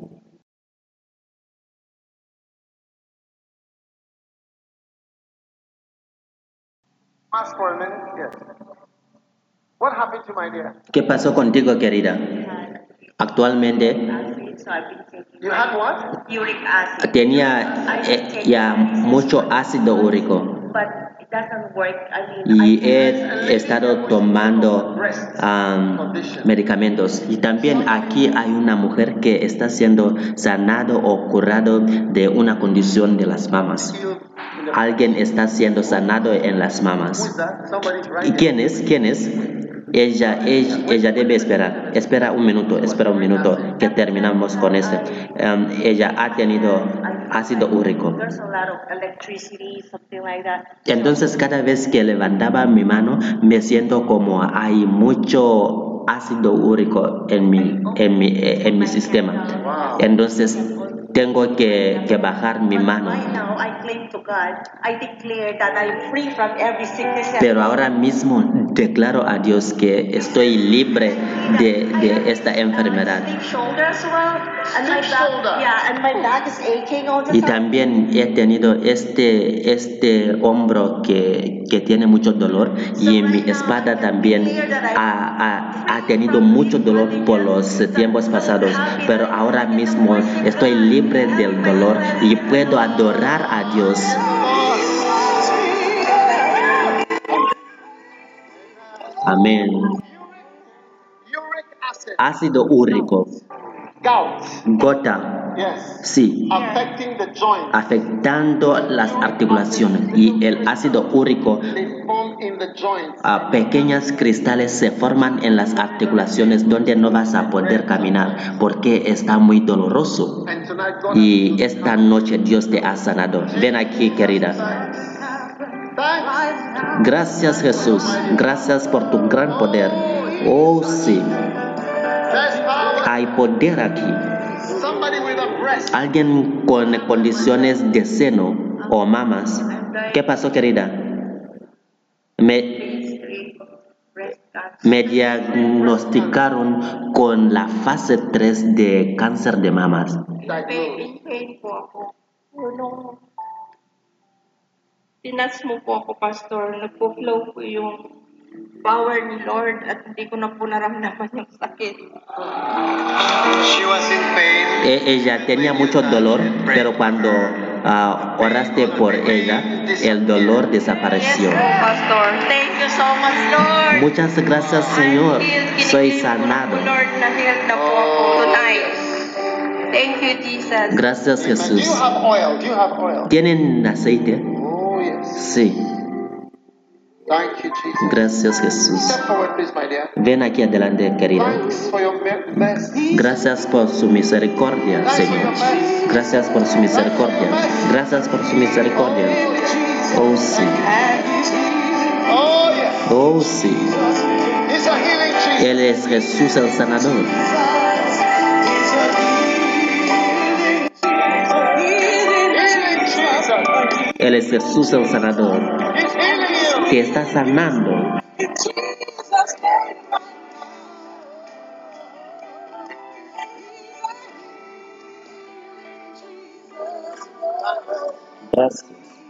mask for a minute? Yes. What happened to my dear? ¿Qué pasó contigo, querida? Actualmente You had what? Uric acid, tenía eh, ya mucho ácido úrico but it doesn't work. I mean, y I he estado tomando um, medicamentos. Y también aquí hay una mujer que está siendo sanado o curado de una condición de las mamas. Alguien está siendo sanado en las mamas. Who's that? Somebody's right ¿Y quién es? ¿Quién es? Ella, ella, ella debe esperar. Espera un minuto, espera un minuto que terminamos con este. Um, ella ha tenido ácido úrico. there's a lot of electricity, something like that. Entonces cada vez que levantaba mi mano me siento como hay mucho ácido úrico en mi, en mi, en mi sistema. Entonces tengo que, que bajar mi mano. Right now, I claim to God, I declare that I'm free from every sickness. and Pero ahora mismo declaro a Dios que estoy libre de, de esta enfermedad. Stiff shoulder as well, and my Stiff back, shoulder. yeah, and my back is aching all the Y time. también he tenido este, este hombro que, que tiene mucho dolor y mi espalda también ha, ha, ha tenido mucho dolor por los tiempos pasados. Pero ahora mismo estoy libre del dolor y puedo adorar a Dios. Amén. Uric acid. Ácido úrico, Gout. gota, Yes. sí, Affecting the joint. afectando las articulaciones y el ácido úrico. They form in the joints. A pequeñas cristales se forman en las articulaciones donde no vas a poder caminar porque está muy doloroso. And tonight God Y esta noche Dios te ha sanado. Ven aquí, querida. Thanks. Gracias, Jesús. Gracias por tu gran poder. Oh, sí. There's power. Hay poder aquí. Somebody with a breast. Alguien con condiciones de seno o mamas. ¿Qué pasó, querida? Me, Phase three, breast cancer. me diagnosticaron con la fase tres de cáncer de mamas. Diagnosed. In pain po ako. Nung tinas mo po ako, Pastor, nagpo-flow po yung power ni Lord at hindi ko na po naramdaman yung sakit. She was in pain. E- ella tenía mucho dolor, pero cuando ah, oraste por ella, el dolor Yes desapareció. po, Pastor. Thank you so much, Lord. Muchas gracias, Señor. I'm healed. Soy Kinikilig po sanado. na po, Lord, na healed na po ako tonight. Thank you, Jesus. Gracias, And do Jesús. you have oil? Do you have oil? ¿Tienen aceite? Oh, yes. Sí. Thank you, Jesus. Gracias, Jesús. Step forward, please, my dear. Ven aquí adelante, querida. Thanks for your mer- mercy. Gracias por su misericordia, Señor. Gracias por su misericordia. Gracias por su misericordia. Oh, sí. Oh, yes. Oh, sí. He's a healing Jesus. Él es Jesús el sanador. Healing Jesus. Él es Jesús el sanador. He's healing you. Que está sanando. Gracias.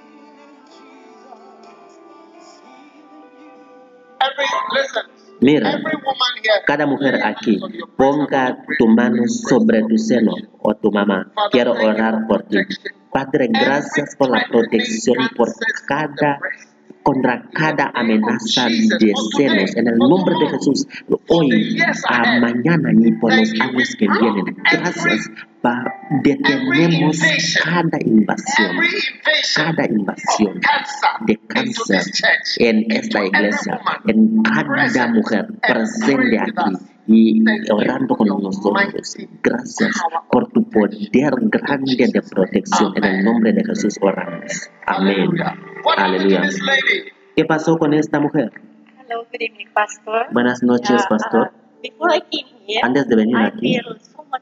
Every, listen. Mira, Every woman here. cada mujer aquí, ponga tu mano sobre tu seno o tu mamá. Quiero orar por ti. Padre, gracias por la protección, por cada, contra cada amenaza de senos. En el nombre de Jesús, hoy, a mañana y por los años que vienen. Gracias. Pa- detenemos cada invasión, Every invasion cada invasión of cancer de into cáncer this church. en esta iglesia, en cada mujer presente aquí y orando con nosotros. Gracias por tu poder grande de protección. En el nombre de Jesús oramos. Amén. What happened to Aleluya. this lady? ¿Qué pasó con esta mujer? Hello, good evening, Pastor. Buenas noches, Uh, pastor. uh, before I came here, Antes de venir I aquí, feel so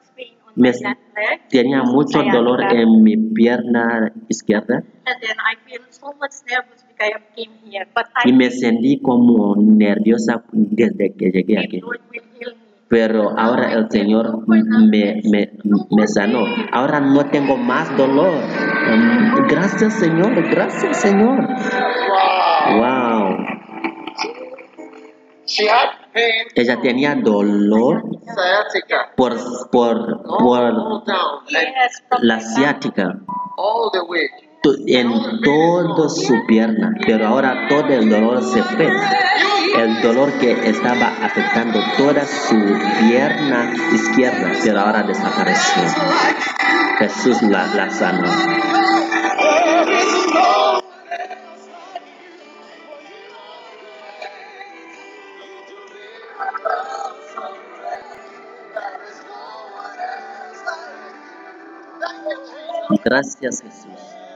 Me, my left leg. tenía mucho dolor en mi pierna izquierda And then I feel so much nervous because I came here. But y I me sentí como nerviosa desde que llegué believe aquí. Lord will heal me. Pero ahora el Señor me, me, me sanó. Ahora no tengo más dolor. Um, Gracias, Señor. Gracias, Señor. Wow. She had pain, Ella tenía dolor sciatica, por, por, por all down, and Yes, from la my back. ciática all the way. tu- en toda su pierna. Pero ahora todo el dolor se fue. El dolor que estaba afectando toda su pierna izquierda, pero ahora desapareció. Jesús la, la sanó. Gracias, Jesús.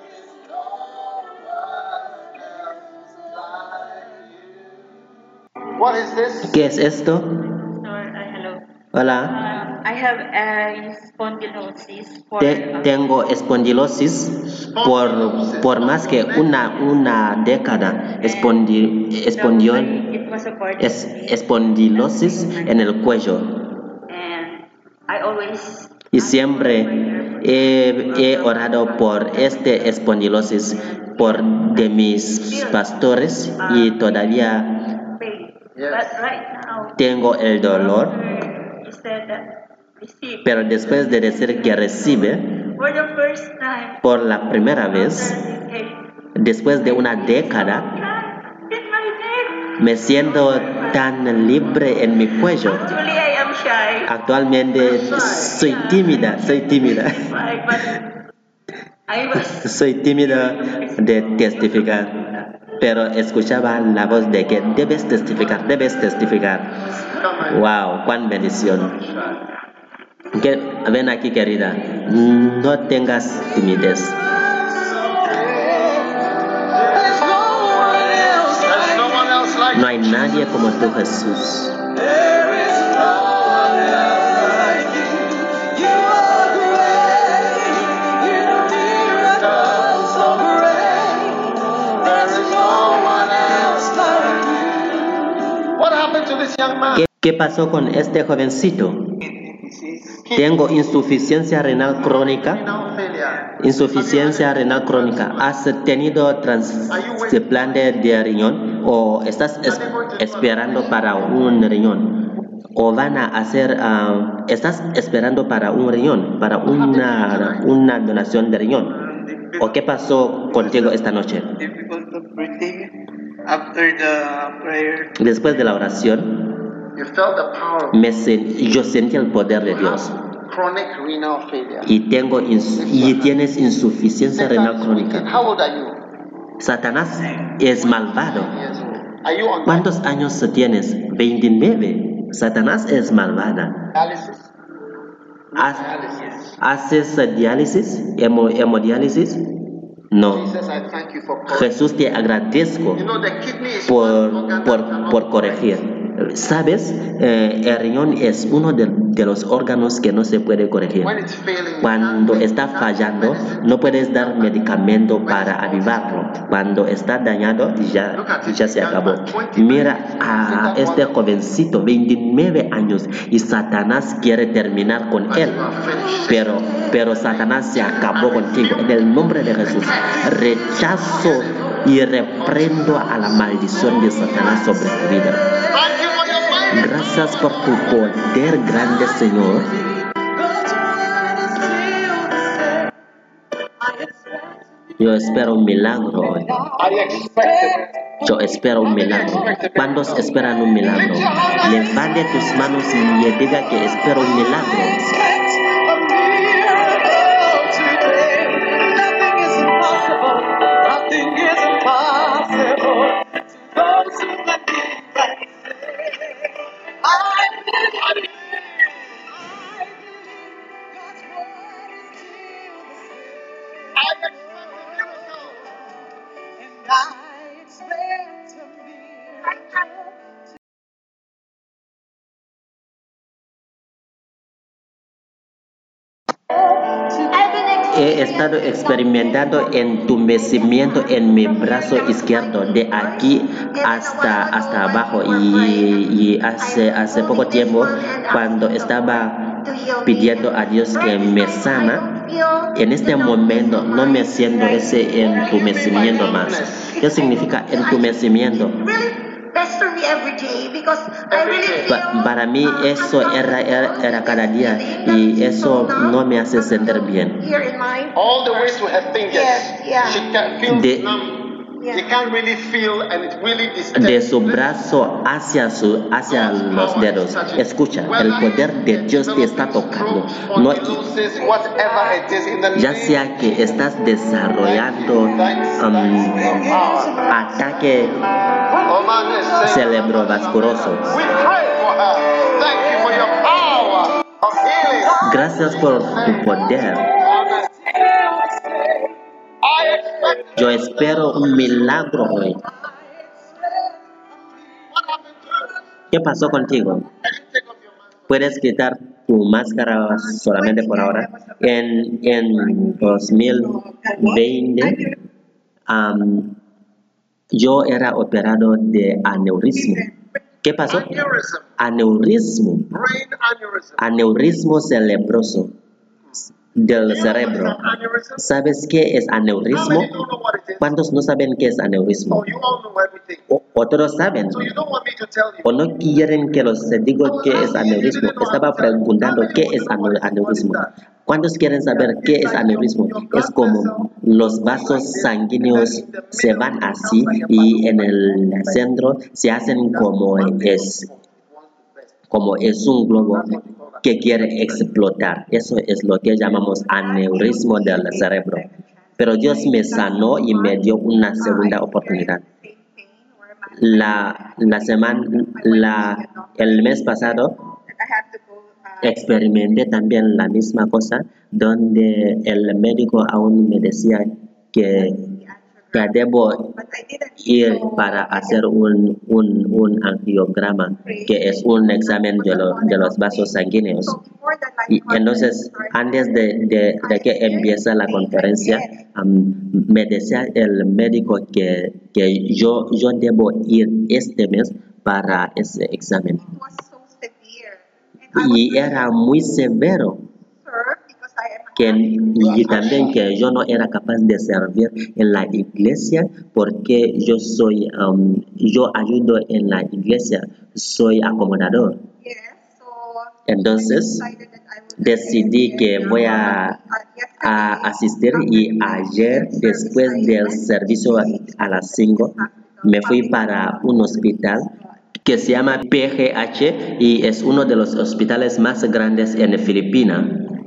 What is this? ¿Qué es esto? Lord, uh, hello. Hola. Um, I have a spondylosis for Te- uh, tengo espondilosis por, por más que una, una década. Espondi, so espondiol, I- it was a part es, espondilosis en el cuello. and I always Y siempre he, he orado por este espondilosis por de mis pastores y todavía pain. Yes. But right now, tengo el dolor. you said that receive. Pero después de decir que recibe, For the first time, por la primera vez, after decade, después de una década, in my neck. me siento tan libre en mi cuello. Actually, I am shy. Actualmente soy tímida, soy tímida. Why? But I was Soy tímida de testificar. Pero escuchaba la voz de que debes testificar, debes testificar. Wow, cuán bendición. Que, ven aquí, querida. No tengas timidez. There's no one else like No hay nadie como tú, Jesús. What happened to this young man? ¿Qué, qué pasó con este jovencito? Tengo insuficiencia renal crónica. Renal failure. Insuficiencia renal crónica. ¿Has tenido trasplante de riñón o estás es- esperando para un riñón? ¿O van a hacer, ah, estás esperando para un riñón, para una, una donación de riñón? ¿O qué pasó contigo esta noche? Difficult of breathing after the prayer. Después de la oración, You felt the power of me sen- yo sentí el poder de Dios. chronic renal failure. Y, tengo ins- y tienes insuficiencia renal Satan's wicked. crónica. How old are you? Satanás es malvado. Years old. Are you on ¿Cuántos años tienes? veintinueve. Satanás es malvada. dialysis? ¿Has- Dialysis. ¿Haces diálisis? Hemo- ¿Hemodiálisis? No. Jesus, I thank you for correcting. Jesús, te agradezco You know the kidney is one por, organ that por, cannot por corregir. ¿Sabes? Eh, el riñón es uno de, de los órganos que no se puede corregir. When it's failing, you Cuando can't- está you can't fallando, take medicine. no puedes dar medicamento para avivarlo. Cuando está dañado, ya, ya se acabó. Mira a este jovencito, veintinueve años, y Satanás quiere terminar con él. You are finished. Pero, pero Satanás se acabó contigo. En el nombre de Jesús, rechazo y reprendo a la maldición de Satanás sobre tu vida. Thank you for your mighty Gracias por tu poder grande, Señor. Yo espero un milagro hoy. I expected it. Yo espero un milagro. ¿Cuántos esperan un milagro? Levante tus manos y diga que espero un milagro. he estado experimentando entumecimiento en mi brazo izquierdo, de aquí hasta, hasta abajo. Y, y hace, hace poco tiempo, cuando estaba pidiendo a Dios que me sana, en este momento no me siento ese entumecimiento más. ¿Qué significa entumecimiento? Pa- para mí eso era, era, era cada día, y eso no me hace sentir bien. All the way to her fingers. Yes, yeah. She can feel De- numb. You can't really feel, and it's really disturbing. De su brazo hacia, su, hacia los dedos. Escucha, el poder de Dios te está tocando. No, Spondylosis, whatever it is, in the ya name sea que estás desarrollando um, ataque of man is saying, cerebrovasculoso. we pray for her. Thank you for your power of healing. Gracias por tu poder. I expect. Yo espero un milagro hoy. What happened to you? ¿Qué pasó contigo? Can you take off your mask? Puedes quitar tu máscara solamente por ahora. En, en dos mil veinte, um, yo era operado de aneurismo. ¿Qué pasó? Aneurysm, Aneurismo. brain aneurysm. Aneurismo cerebroso del Do you know what is cerebro. an aneurysm? ¿Sabes qué es How aneurismo? many don't know what it is? ¿Cuántos no saben qué es aneurismo? Oh, you all know everything. O- Otros saben. So you don't want me to tell you. ¿O no quieren que los diga qué es aneurismo? Estaba preguntando qué es ane- aneurismo. ¿Cuántos quieren saber qué es aneurismo? Es como los vasos sanguíneos se van así, y en el centro se hacen como es, como es un globo que quiere explotar. Eso es lo que llamamos aneurismo del cerebro. Pero Dios me sanó y me dio una segunda oportunidad. La, la semana, la, el mes pasado experimenté también la misma cosa, donde el médico aún me decía que, que debo ir para hacer un, un, un angiograma, que es un examen de, lo- de los vasos sanguíneos. Y entonces, antes de, de, de que empiece la conferencia, um, me decía el médico que, que yo, yo debo ir este mes para ese examen. Y era muy severo, que, y también que yo no era capaz de servir en la iglesia porque yo soy, um, yo ayudo en la iglesia, soy acomodador. Entonces, decidí que voy a, a asistir, y ayer, después del servicio a, a las cinco, me fui para un hospital que se llama P G H, y es uno de los hospitales más grandes en Filipinas.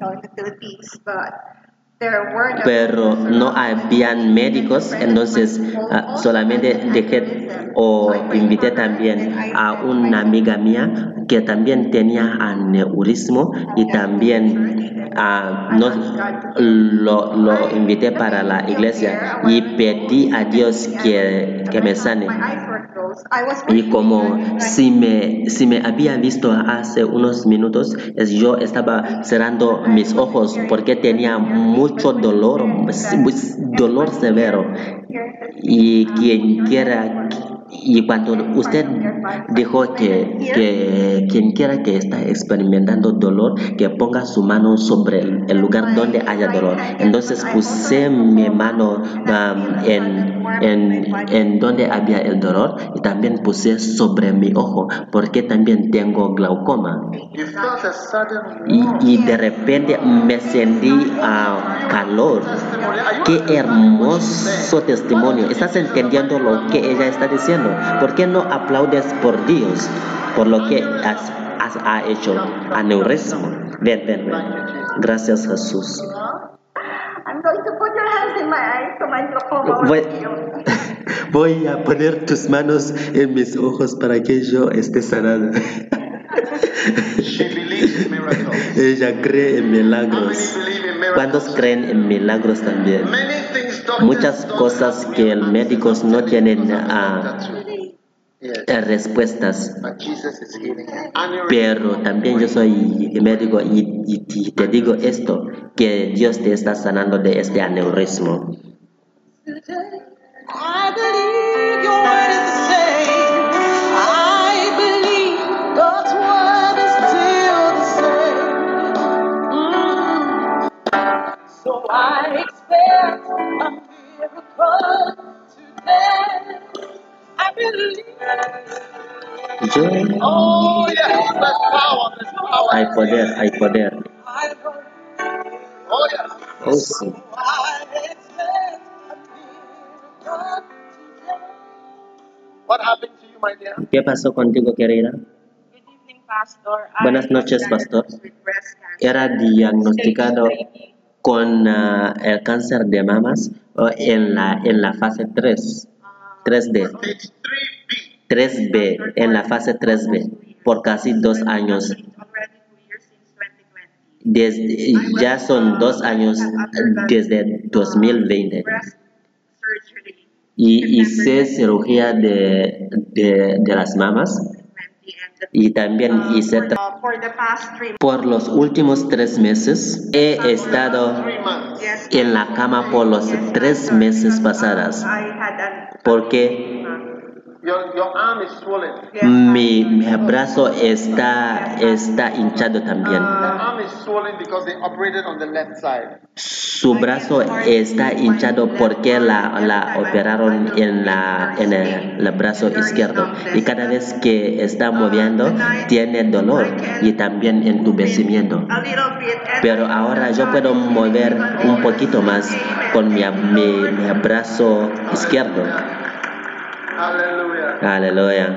Pero no habían médicos, entonces ah, solamente dejé o invité también a una amiga mía que también tenía aneurismo, y también ah, no, lo, lo invité para la iglesia y pedí a Dios que, que me sane. Y como si me, si me había visto hace unos minutos, es- yo estaba cerrando mis ojos porque tenía mucho dolor, dolor severo. Y quien quiera, y cuando usted dijo que, que quien quiera que está experimentando dolor, que ponga su mano sobre el, el lugar donde haya dolor. Entonces puse mi mano um, en, en, en donde había el dolor, y también puse sobre mi ojo porque también tengo glaucoma. You felt a sudden Y, warmth. y de repente me sentí ah, calor. Qué hermoso testimonio. ¿Estás entendiendo lo que ella está diciendo? ¿Por qué no aplaudes por Dios por lo que has, has ha hecho? Aneurismo. Ven, ven, ven. Gracias, Jesús. I'm going to put your hands in my eyes so my glaucoma will Voy, be healed. voy a poner tus manos en mis ojos para que yo esté sanada. She believes in miracles. Ella cree en How many milagros. believe in ¿Cuántos miracles? creen en milagros también? Many things doctors Muchas don't cosas have que el answers médico to. no tienen Because I'm a ah, doctor too. Yes. eh, respuestas. But Jesus is healing her. Aneurysm. Pero también yo soy médico, y, y- y te digo esto, que Dios te está sanando de este aneurisma. I believe your word is the same. I believe God's word is still the same. Mm. So I expect a miracle today. I believe. Yo, Oh, yes, there's power, there's power. hay poder, hay poder. I believe. Oh, yes. Oh, sí. I expect a miracle today. What happened to you, my dear? ¿Qué pasó contigo, querida? Good evening, Pastor. I Buenas noches, was pastor. diagnosed with breast cancer. Era diagnosticado Stage three. con ah, el cáncer de mamas oh, en la, en la fase tres, tres D, Stage three B. tres B, en la fase tres B, por casi dos años. It's already two years since twenty twenty. Desde, ya son dos años desde dos mil veinte. Breast surgery. Y hice cirugía de, de, de las mamas twenty and the y también hice tra- Uh, for the past three por los últimos tres meses. He estado Three months. yes, en la cama por los tres meses pasadas I had an porque Your, your arm is swollen. yes, mi, mi brazo está, está hinchado también. The arm is swollen because they operated on the left side. Su brazo está hinchado porque la, la operaron en, la, en el, el brazo izquierdo y cada vez que está moviendo tiene dolor y también entumecimiento. a little bit. And Pero ahora yo puedo mover un poquito más con mi, mi, mi brazo izquierdo. Hallelujah. Aleluya.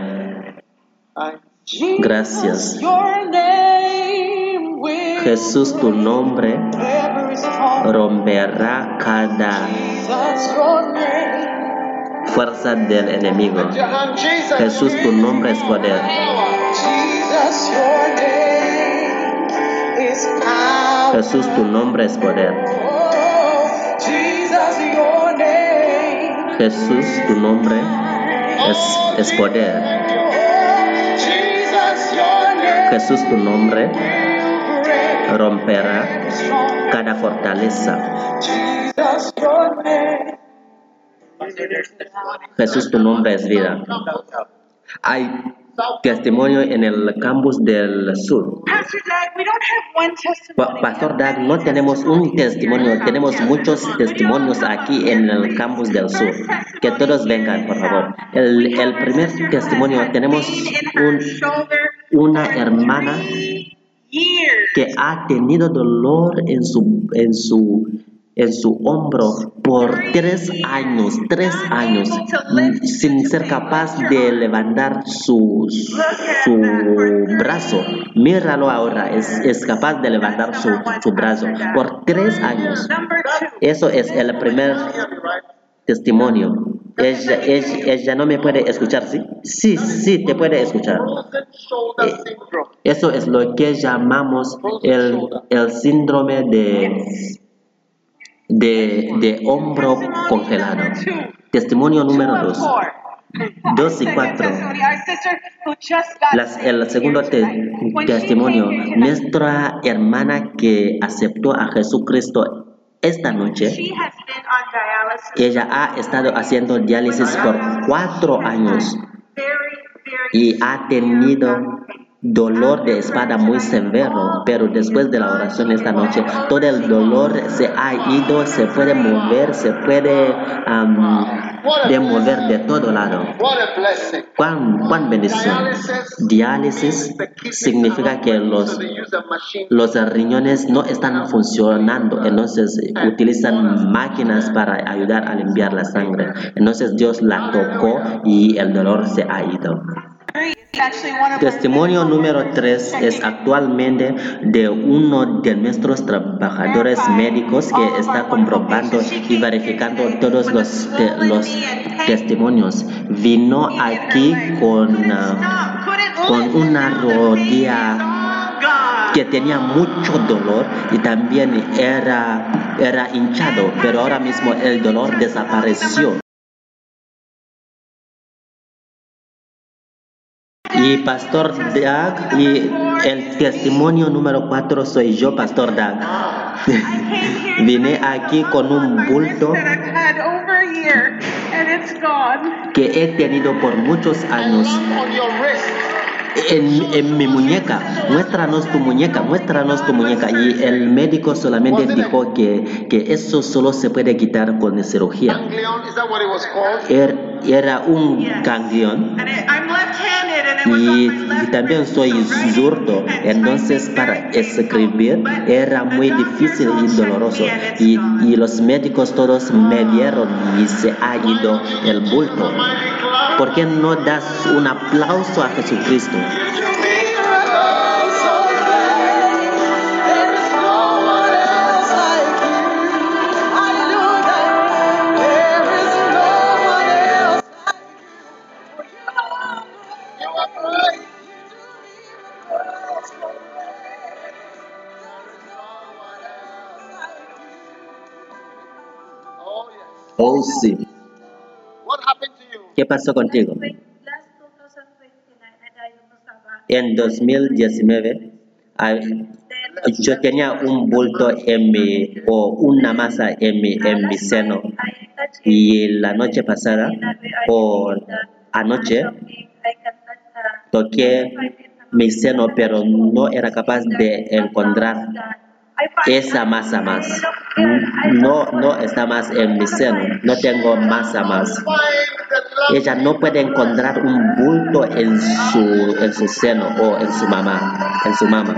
I- Gracias. Your name will Jesús, tu nombre every storm. romperá cada Jesus, your name. fuerza del enemigo. Your hand, Jesus. Jesús, tu nombre es poder. Jesus, your name is power. Jesús, tu nombre es poder. Oh, Jesus, your name. Jesús, tu nombre es, es poder. Oh, Jesus, your name. Jesús, tu nombre will break romperá every strong. cada fortaleza. Jesus, your name. Jesús, tu nombre es vida. Hay testimonio en el campus del sur. Pastor Doug, we don't have one Pa- testimony. Pastor Doug, no tenemos un testimonio, tenemos muchos testimonios aquí en el campus del sur. Que todos vengan, por favor. El, el primer testimonio, tenemos un, una hermana que ha tenido dolor en su, en su, en su hombro por tres años, tres años, mm, sin ser capaz de levantar su, su brazo. Míralo ahora, es, es capaz de levantar su, su brazo por tres años. Number two. Eso es el primer testimonio. Ella, ella, ella no me puede escuchar, ¿sí? Sí, sí, te puede escuchar. Frozen shoulder Eh, syndrome. Eso es lo que llamamos el, el síndrome de, de, de hombro congelado. Testimonio número dos. Dos y cuatro. Las- el segundo te- testimonio. Nuestra hermana que aceptó a Jesucristo esta noche, She has been on dialysis ella ha estado haciendo diálisis por cuatro años very, very y ha tenido dolor de espalda muy severo, pero después de la oración esta noche, todo el dolor se ha ido, se puede mover, se puede am, de mover de todo lado. What a blessing. ¿Cuán, cuán bendición? Diálisis significa que los, So they use a machine. los riñones no están funcionando, entonces utilizan máquinas para ayudar a limpiar la sangre. Entonces Dios la tocó y el dolor se ha ido. Testimonio número tres es actualmente de uno de nuestros trabajadores médicos que está comprobando y verificando todos los, te- los testimonios. Vino aquí con, ah, con una rodilla que tenía mucho dolor y también era, era hinchado, pero ahora mismo el dolor desapareció. Y Pastor Doug, y el testimonio número cuatro soy yo, Pastor Doug. came here Vine aquí con un bulto that I've had over a year, and it's gone. que he tenido por muchos I años lamp on your wrist. en, en mi muñeca. Muéstranos tu muñeca, muéstranos tu muñeca. Y el médico solamente dijo que, que eso solo se puede quitar con cirugía. Ganglion, is that what it was called? Er- era un ganglión. And I, I'm left-handed, and it was Y, on my left también wrist, soy so writing zurdo, and entonces typing para very escribir painful. But era the muy doctors difícil all y checked doloroso. me and it's Y, gone. y los médicos todos me vieron y se ha ido el bulto. ¿Por qué no das un aplauso a Jesucristo? There is no one else like you. Hallelujah. There is no one else like you. You are great. Oh, yes. Oh, sí. What happened to you? ¿Qué pasó contigo? Last two thousand twenty-nine, nadayo ko sa bahay. En dos mil diecinueve, ah, yo tenía un bulto en mi, o una masa en mi, en mi seno. Y la noche pasada, o anoche, toqué mi seno, pero no era capaz de encontrar esa masa más. No, no está más en mi seno, no tengo masa más. Find the love. Ella no puede encontrar un bulto en su, en su seno o en su mamá, en su mamá.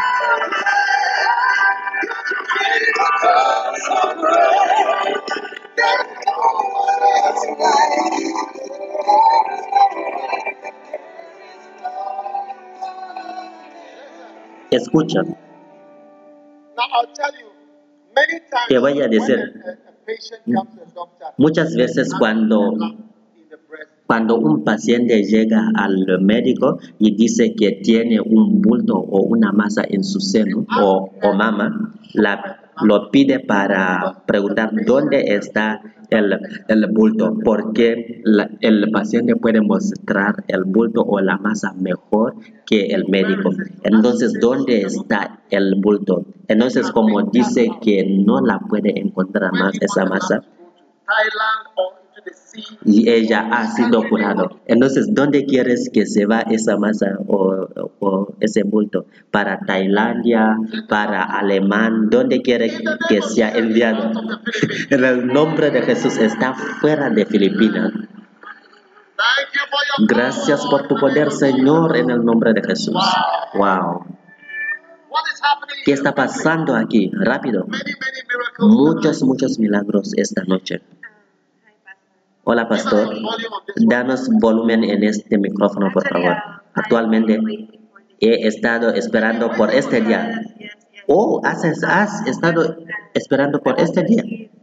Escucha, Now I'll tell you, many times te voy a decir, when a, a, a patient comes to a doctor, muchas veces cuando in the breast, Cuando un paciente llega al médico y dice que tiene un bulto o una masa en su seno o, o mama, la, lo pide para preguntar dónde está el, el bulto, porque la- el paciente puede mostrar el bulto o la masa mejor que el médico. Entonces, ¿dónde está el bulto? Entonces, como dice que no la puede encontrar más esa masa, Thailand or into the sea, y ella ha sido curado. Entonces, ¿dónde quieres que se va esa masa o, o ese bulto? ¿Para Tailandia? ¿Para Alemán? ¿Dónde quiere que sea enviado? En el nombre de Jesús está fuera de Filipinas. thank you for your Gracias por tu poder, Señor, en el nombre de Jesús. Wow. What is happening ¿Qué here? está pasando aquí? Rápido. Many, many miracles. Muchos, muchos milagros esta noche. Hola, pastor. Danos volumen en este micrófono, por favor. Actualmente he estado esperando por este día. Oh, has, has estado esperando por este día.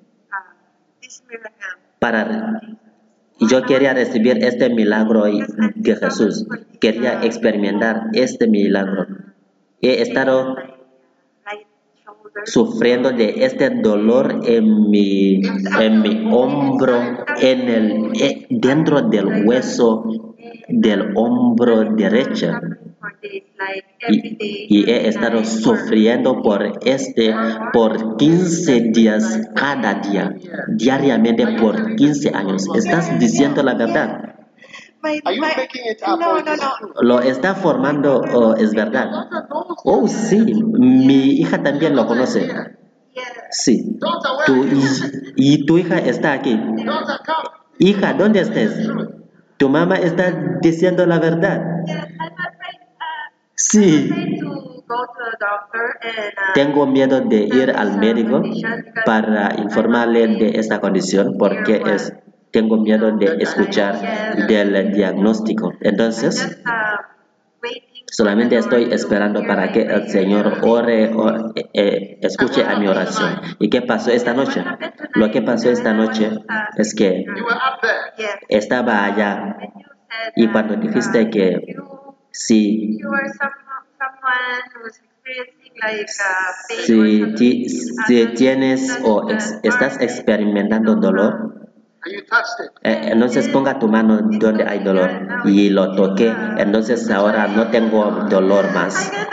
Para, yo quería recibir este milagro de Jesús. Quería experimentar este milagro. He estado sufriendo de este dolor en mi, en mi hombro, en el, eh, dentro del hueso del hombro derecho. Y, y he estado sufriendo por este por quince días cada día, diariamente por quince años. ¿Estás diciendo la verdad? My, Are you my, making it up no, or is no, this no. true? Lo está formando, oh, es verdad. Doctor knows. Oh, sí, mi hija también lo conoce. Yeah. Sí. Doctor, where Tu, are you? y, y tu hija está aquí. Doctor, come. Hija, ¿dónde estás? Tu mamá está diciendo la verdad. Yeah, I'm afraid, uh, Sí. afraid to go to a doctor and uh, Tengo miedo de ir al médico para informarle de esta condición porque es, tengo miedo de escuchar del diagnóstico. Entonces, just uh, waiting. solamente estoy esperando para que el Señor ore o eh, eh, escuche a mi oración. ¿Y qué pasó esta noche? Lo que pasó esta noche es que You were up there. Yeah. estaba allá And you said, y uh, cuando dijiste que you, si, you are some, someone who's experiencing like uh, pain or si, something. ti- si tienes o ex- estás experimentando dolor, And you touched it. Eh, entonces ponga tu mano donde hay dolor y lo toqué. Entonces ahora no tengo dolor I más. gonna, I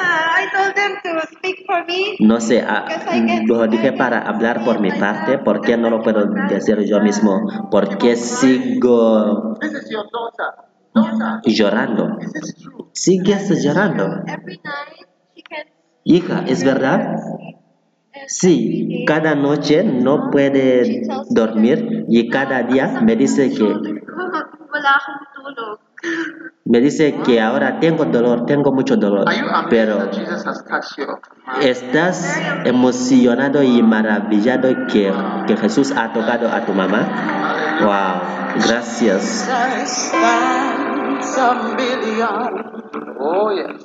told them to speak for me. No sé, ah, lo dije para hablar por mi parte, ¿por qué no lo puedo decir yo mismo? ¿Por qué sigo This is your daughter. Daughter, llorando? is this true? ¿Sigues llorando? Every night she can Hija, ¿es verdad? Sí, cada noche no puede dormir y cada día me dice que wala akong tulog. me dice que ahora tengo dolor, tengo mucho dolor, Are you amazed pero that Jesus has touched you? ¿estás emocionado y maravillado que, que Jesús ha tocado a tu mamá? Wow, gracias. Stands a million. Oh, yes.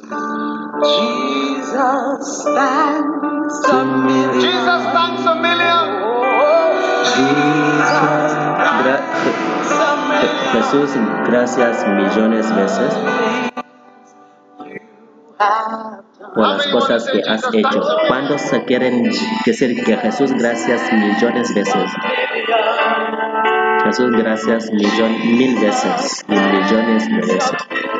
Jesus stands a million. Jesus thanks a million. Gra- Jesús, gracias millones de veces por las cosas que has hecho. ¿Cuándo se quieren decir que Jesús, gracias millones de veces? Jesús, gracias millón, mil veces y millones de veces.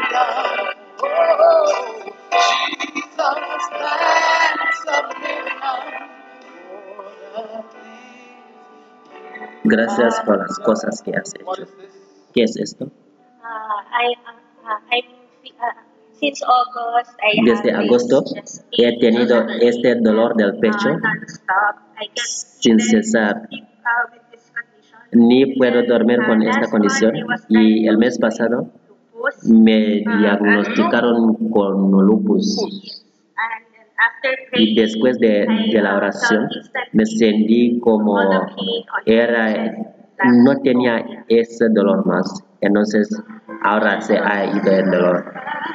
Gracias por las cosas que has hecho. ¿Qué es esto? Uh, I, uh, uh, I'm, uh, since August, I Desde have agosto just he tenido este dolor del pecho uh, non-stop. I can't sin even cesar. sleep uh, with this condition. Ni puedo dormir con esta condición. Y el mes pasado Lupus. me diagnosticaron con lupus. And then after Y praying, después de, de la oración me sentí como era, no tenía ese dolor más. Entonces ahora se ha ido el dolor.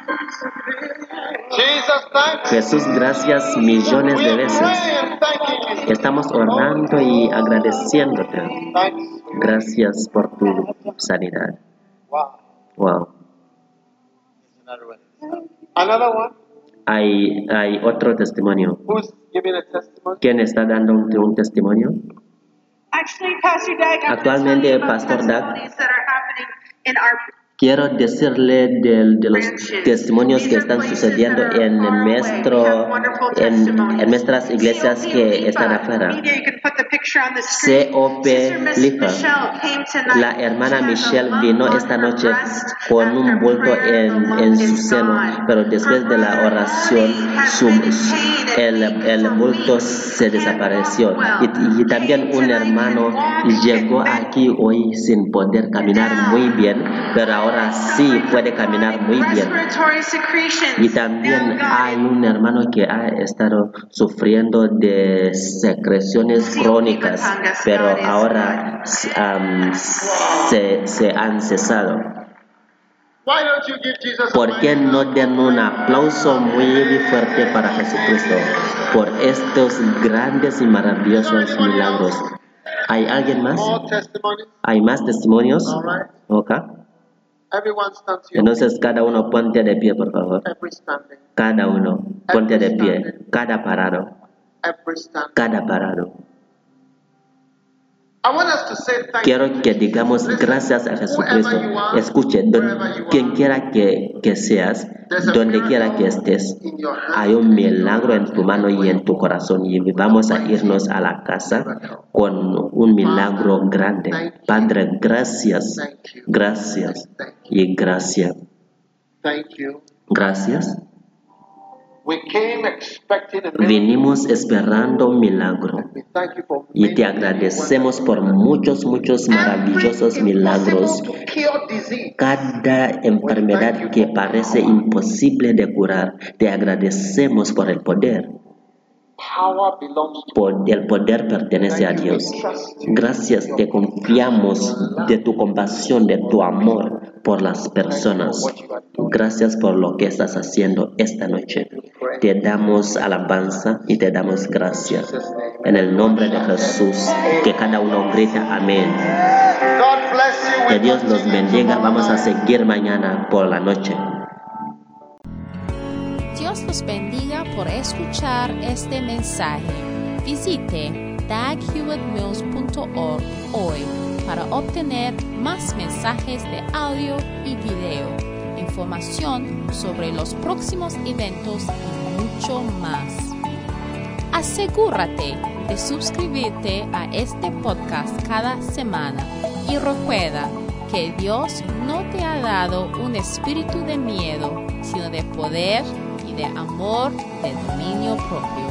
Jesus thanks. Jesús, gracias millones We de are veces. praying, thanking you. Estamos orando y agradeciéndote. Thanks. Gracias por tu sanidad. Wow. Wow. Another one. Another one. Hay, hay otro testimonio. Who's giving a testimony? ¿Quién está dando un, un testimonio? Actually, Pastor Dag, I'm Actualmente, going to tell you about Pastor Dag, testimonies that are happening in our quiero decirle de, de los testimonios que están sucediendo en, nuestro, en, en nuestras iglesias que están afuera. Media, you can put the picture on the C screen. O P Sister Miss Lipa. Michelle came tonight. La hermana She has a Michelle lump vino on esta her noche breast. con un After bulto prayer, the en, lump en su is seno, gone. pero después de la Her oración body has su, been in su- pain and el, weak el for bulto weeks. se Can't desapareció. walk well. Y, y también Came un tonight, hermano can walk, llegó can bend aquí hoy sin poder caminar muy bien, pero ahora sí puede caminar muy bien. respiratory secretions. Y también hay un hermano que ha estado sufriendo de secreciones crónicas, pero ahora um, se, se han cesado. Why don't you give Jesus a ¿Por qué mighty no hand? den un aplauso muy fuerte para Jesucristo por estos grandes y maravillosos milagros? ¿Hay alguien más? More testimonies. ¿Hay más testimonios? All right. Ok. Everyone stand to your Entonces cada uno ponte de pie, por favor. Every standing. Cada uno ponte de pie. Cada parado. Every standing. Cada parado. I want us to say thank Quiero you. que digamos gracias a Jesucristo. Escuche, don- quien quiera que, que seas, donde quiera que estés, In your hand. hay un milagro en tu mano y en tu corazón y vamos a irnos a la casa con un milagro grande. Padre, gracias, gracias y gracias. Thank you. Gracias. We came expecting a miracle. Venimos esperando un milagro We thank you for y te many, many agradecemos por wonderful muchos, muchos maravillosos Every milagros. impossible to cure disease. Cada enfermedad que parece imposible de curar, te agradecemos por el poder. Power belongs to Por el poder pertenece a Dios. Gracias, te confiamos de tu compasión, de tu amor por las personas. Gracias por lo que estás haciendo esta noche. Te damos alabanza y te damos gracias. En el nombre de Jesús, que cada uno grita amén. God bless you. Que We Dios los continue bendiga. tomorrow Vamos a night. seguir mañana por la noche. Dios los bendiga por escuchar este mensaje. Visite dag hewitt mills punto org hoy para obtener más mensajes de audio y video, información sobre los próximos eventos y mucho más. Asegúrate de suscribirte a este podcast cada semana y recuerda que Dios no te ha dado un espíritu de miedo, sino de poder y de amor, de dominio propio.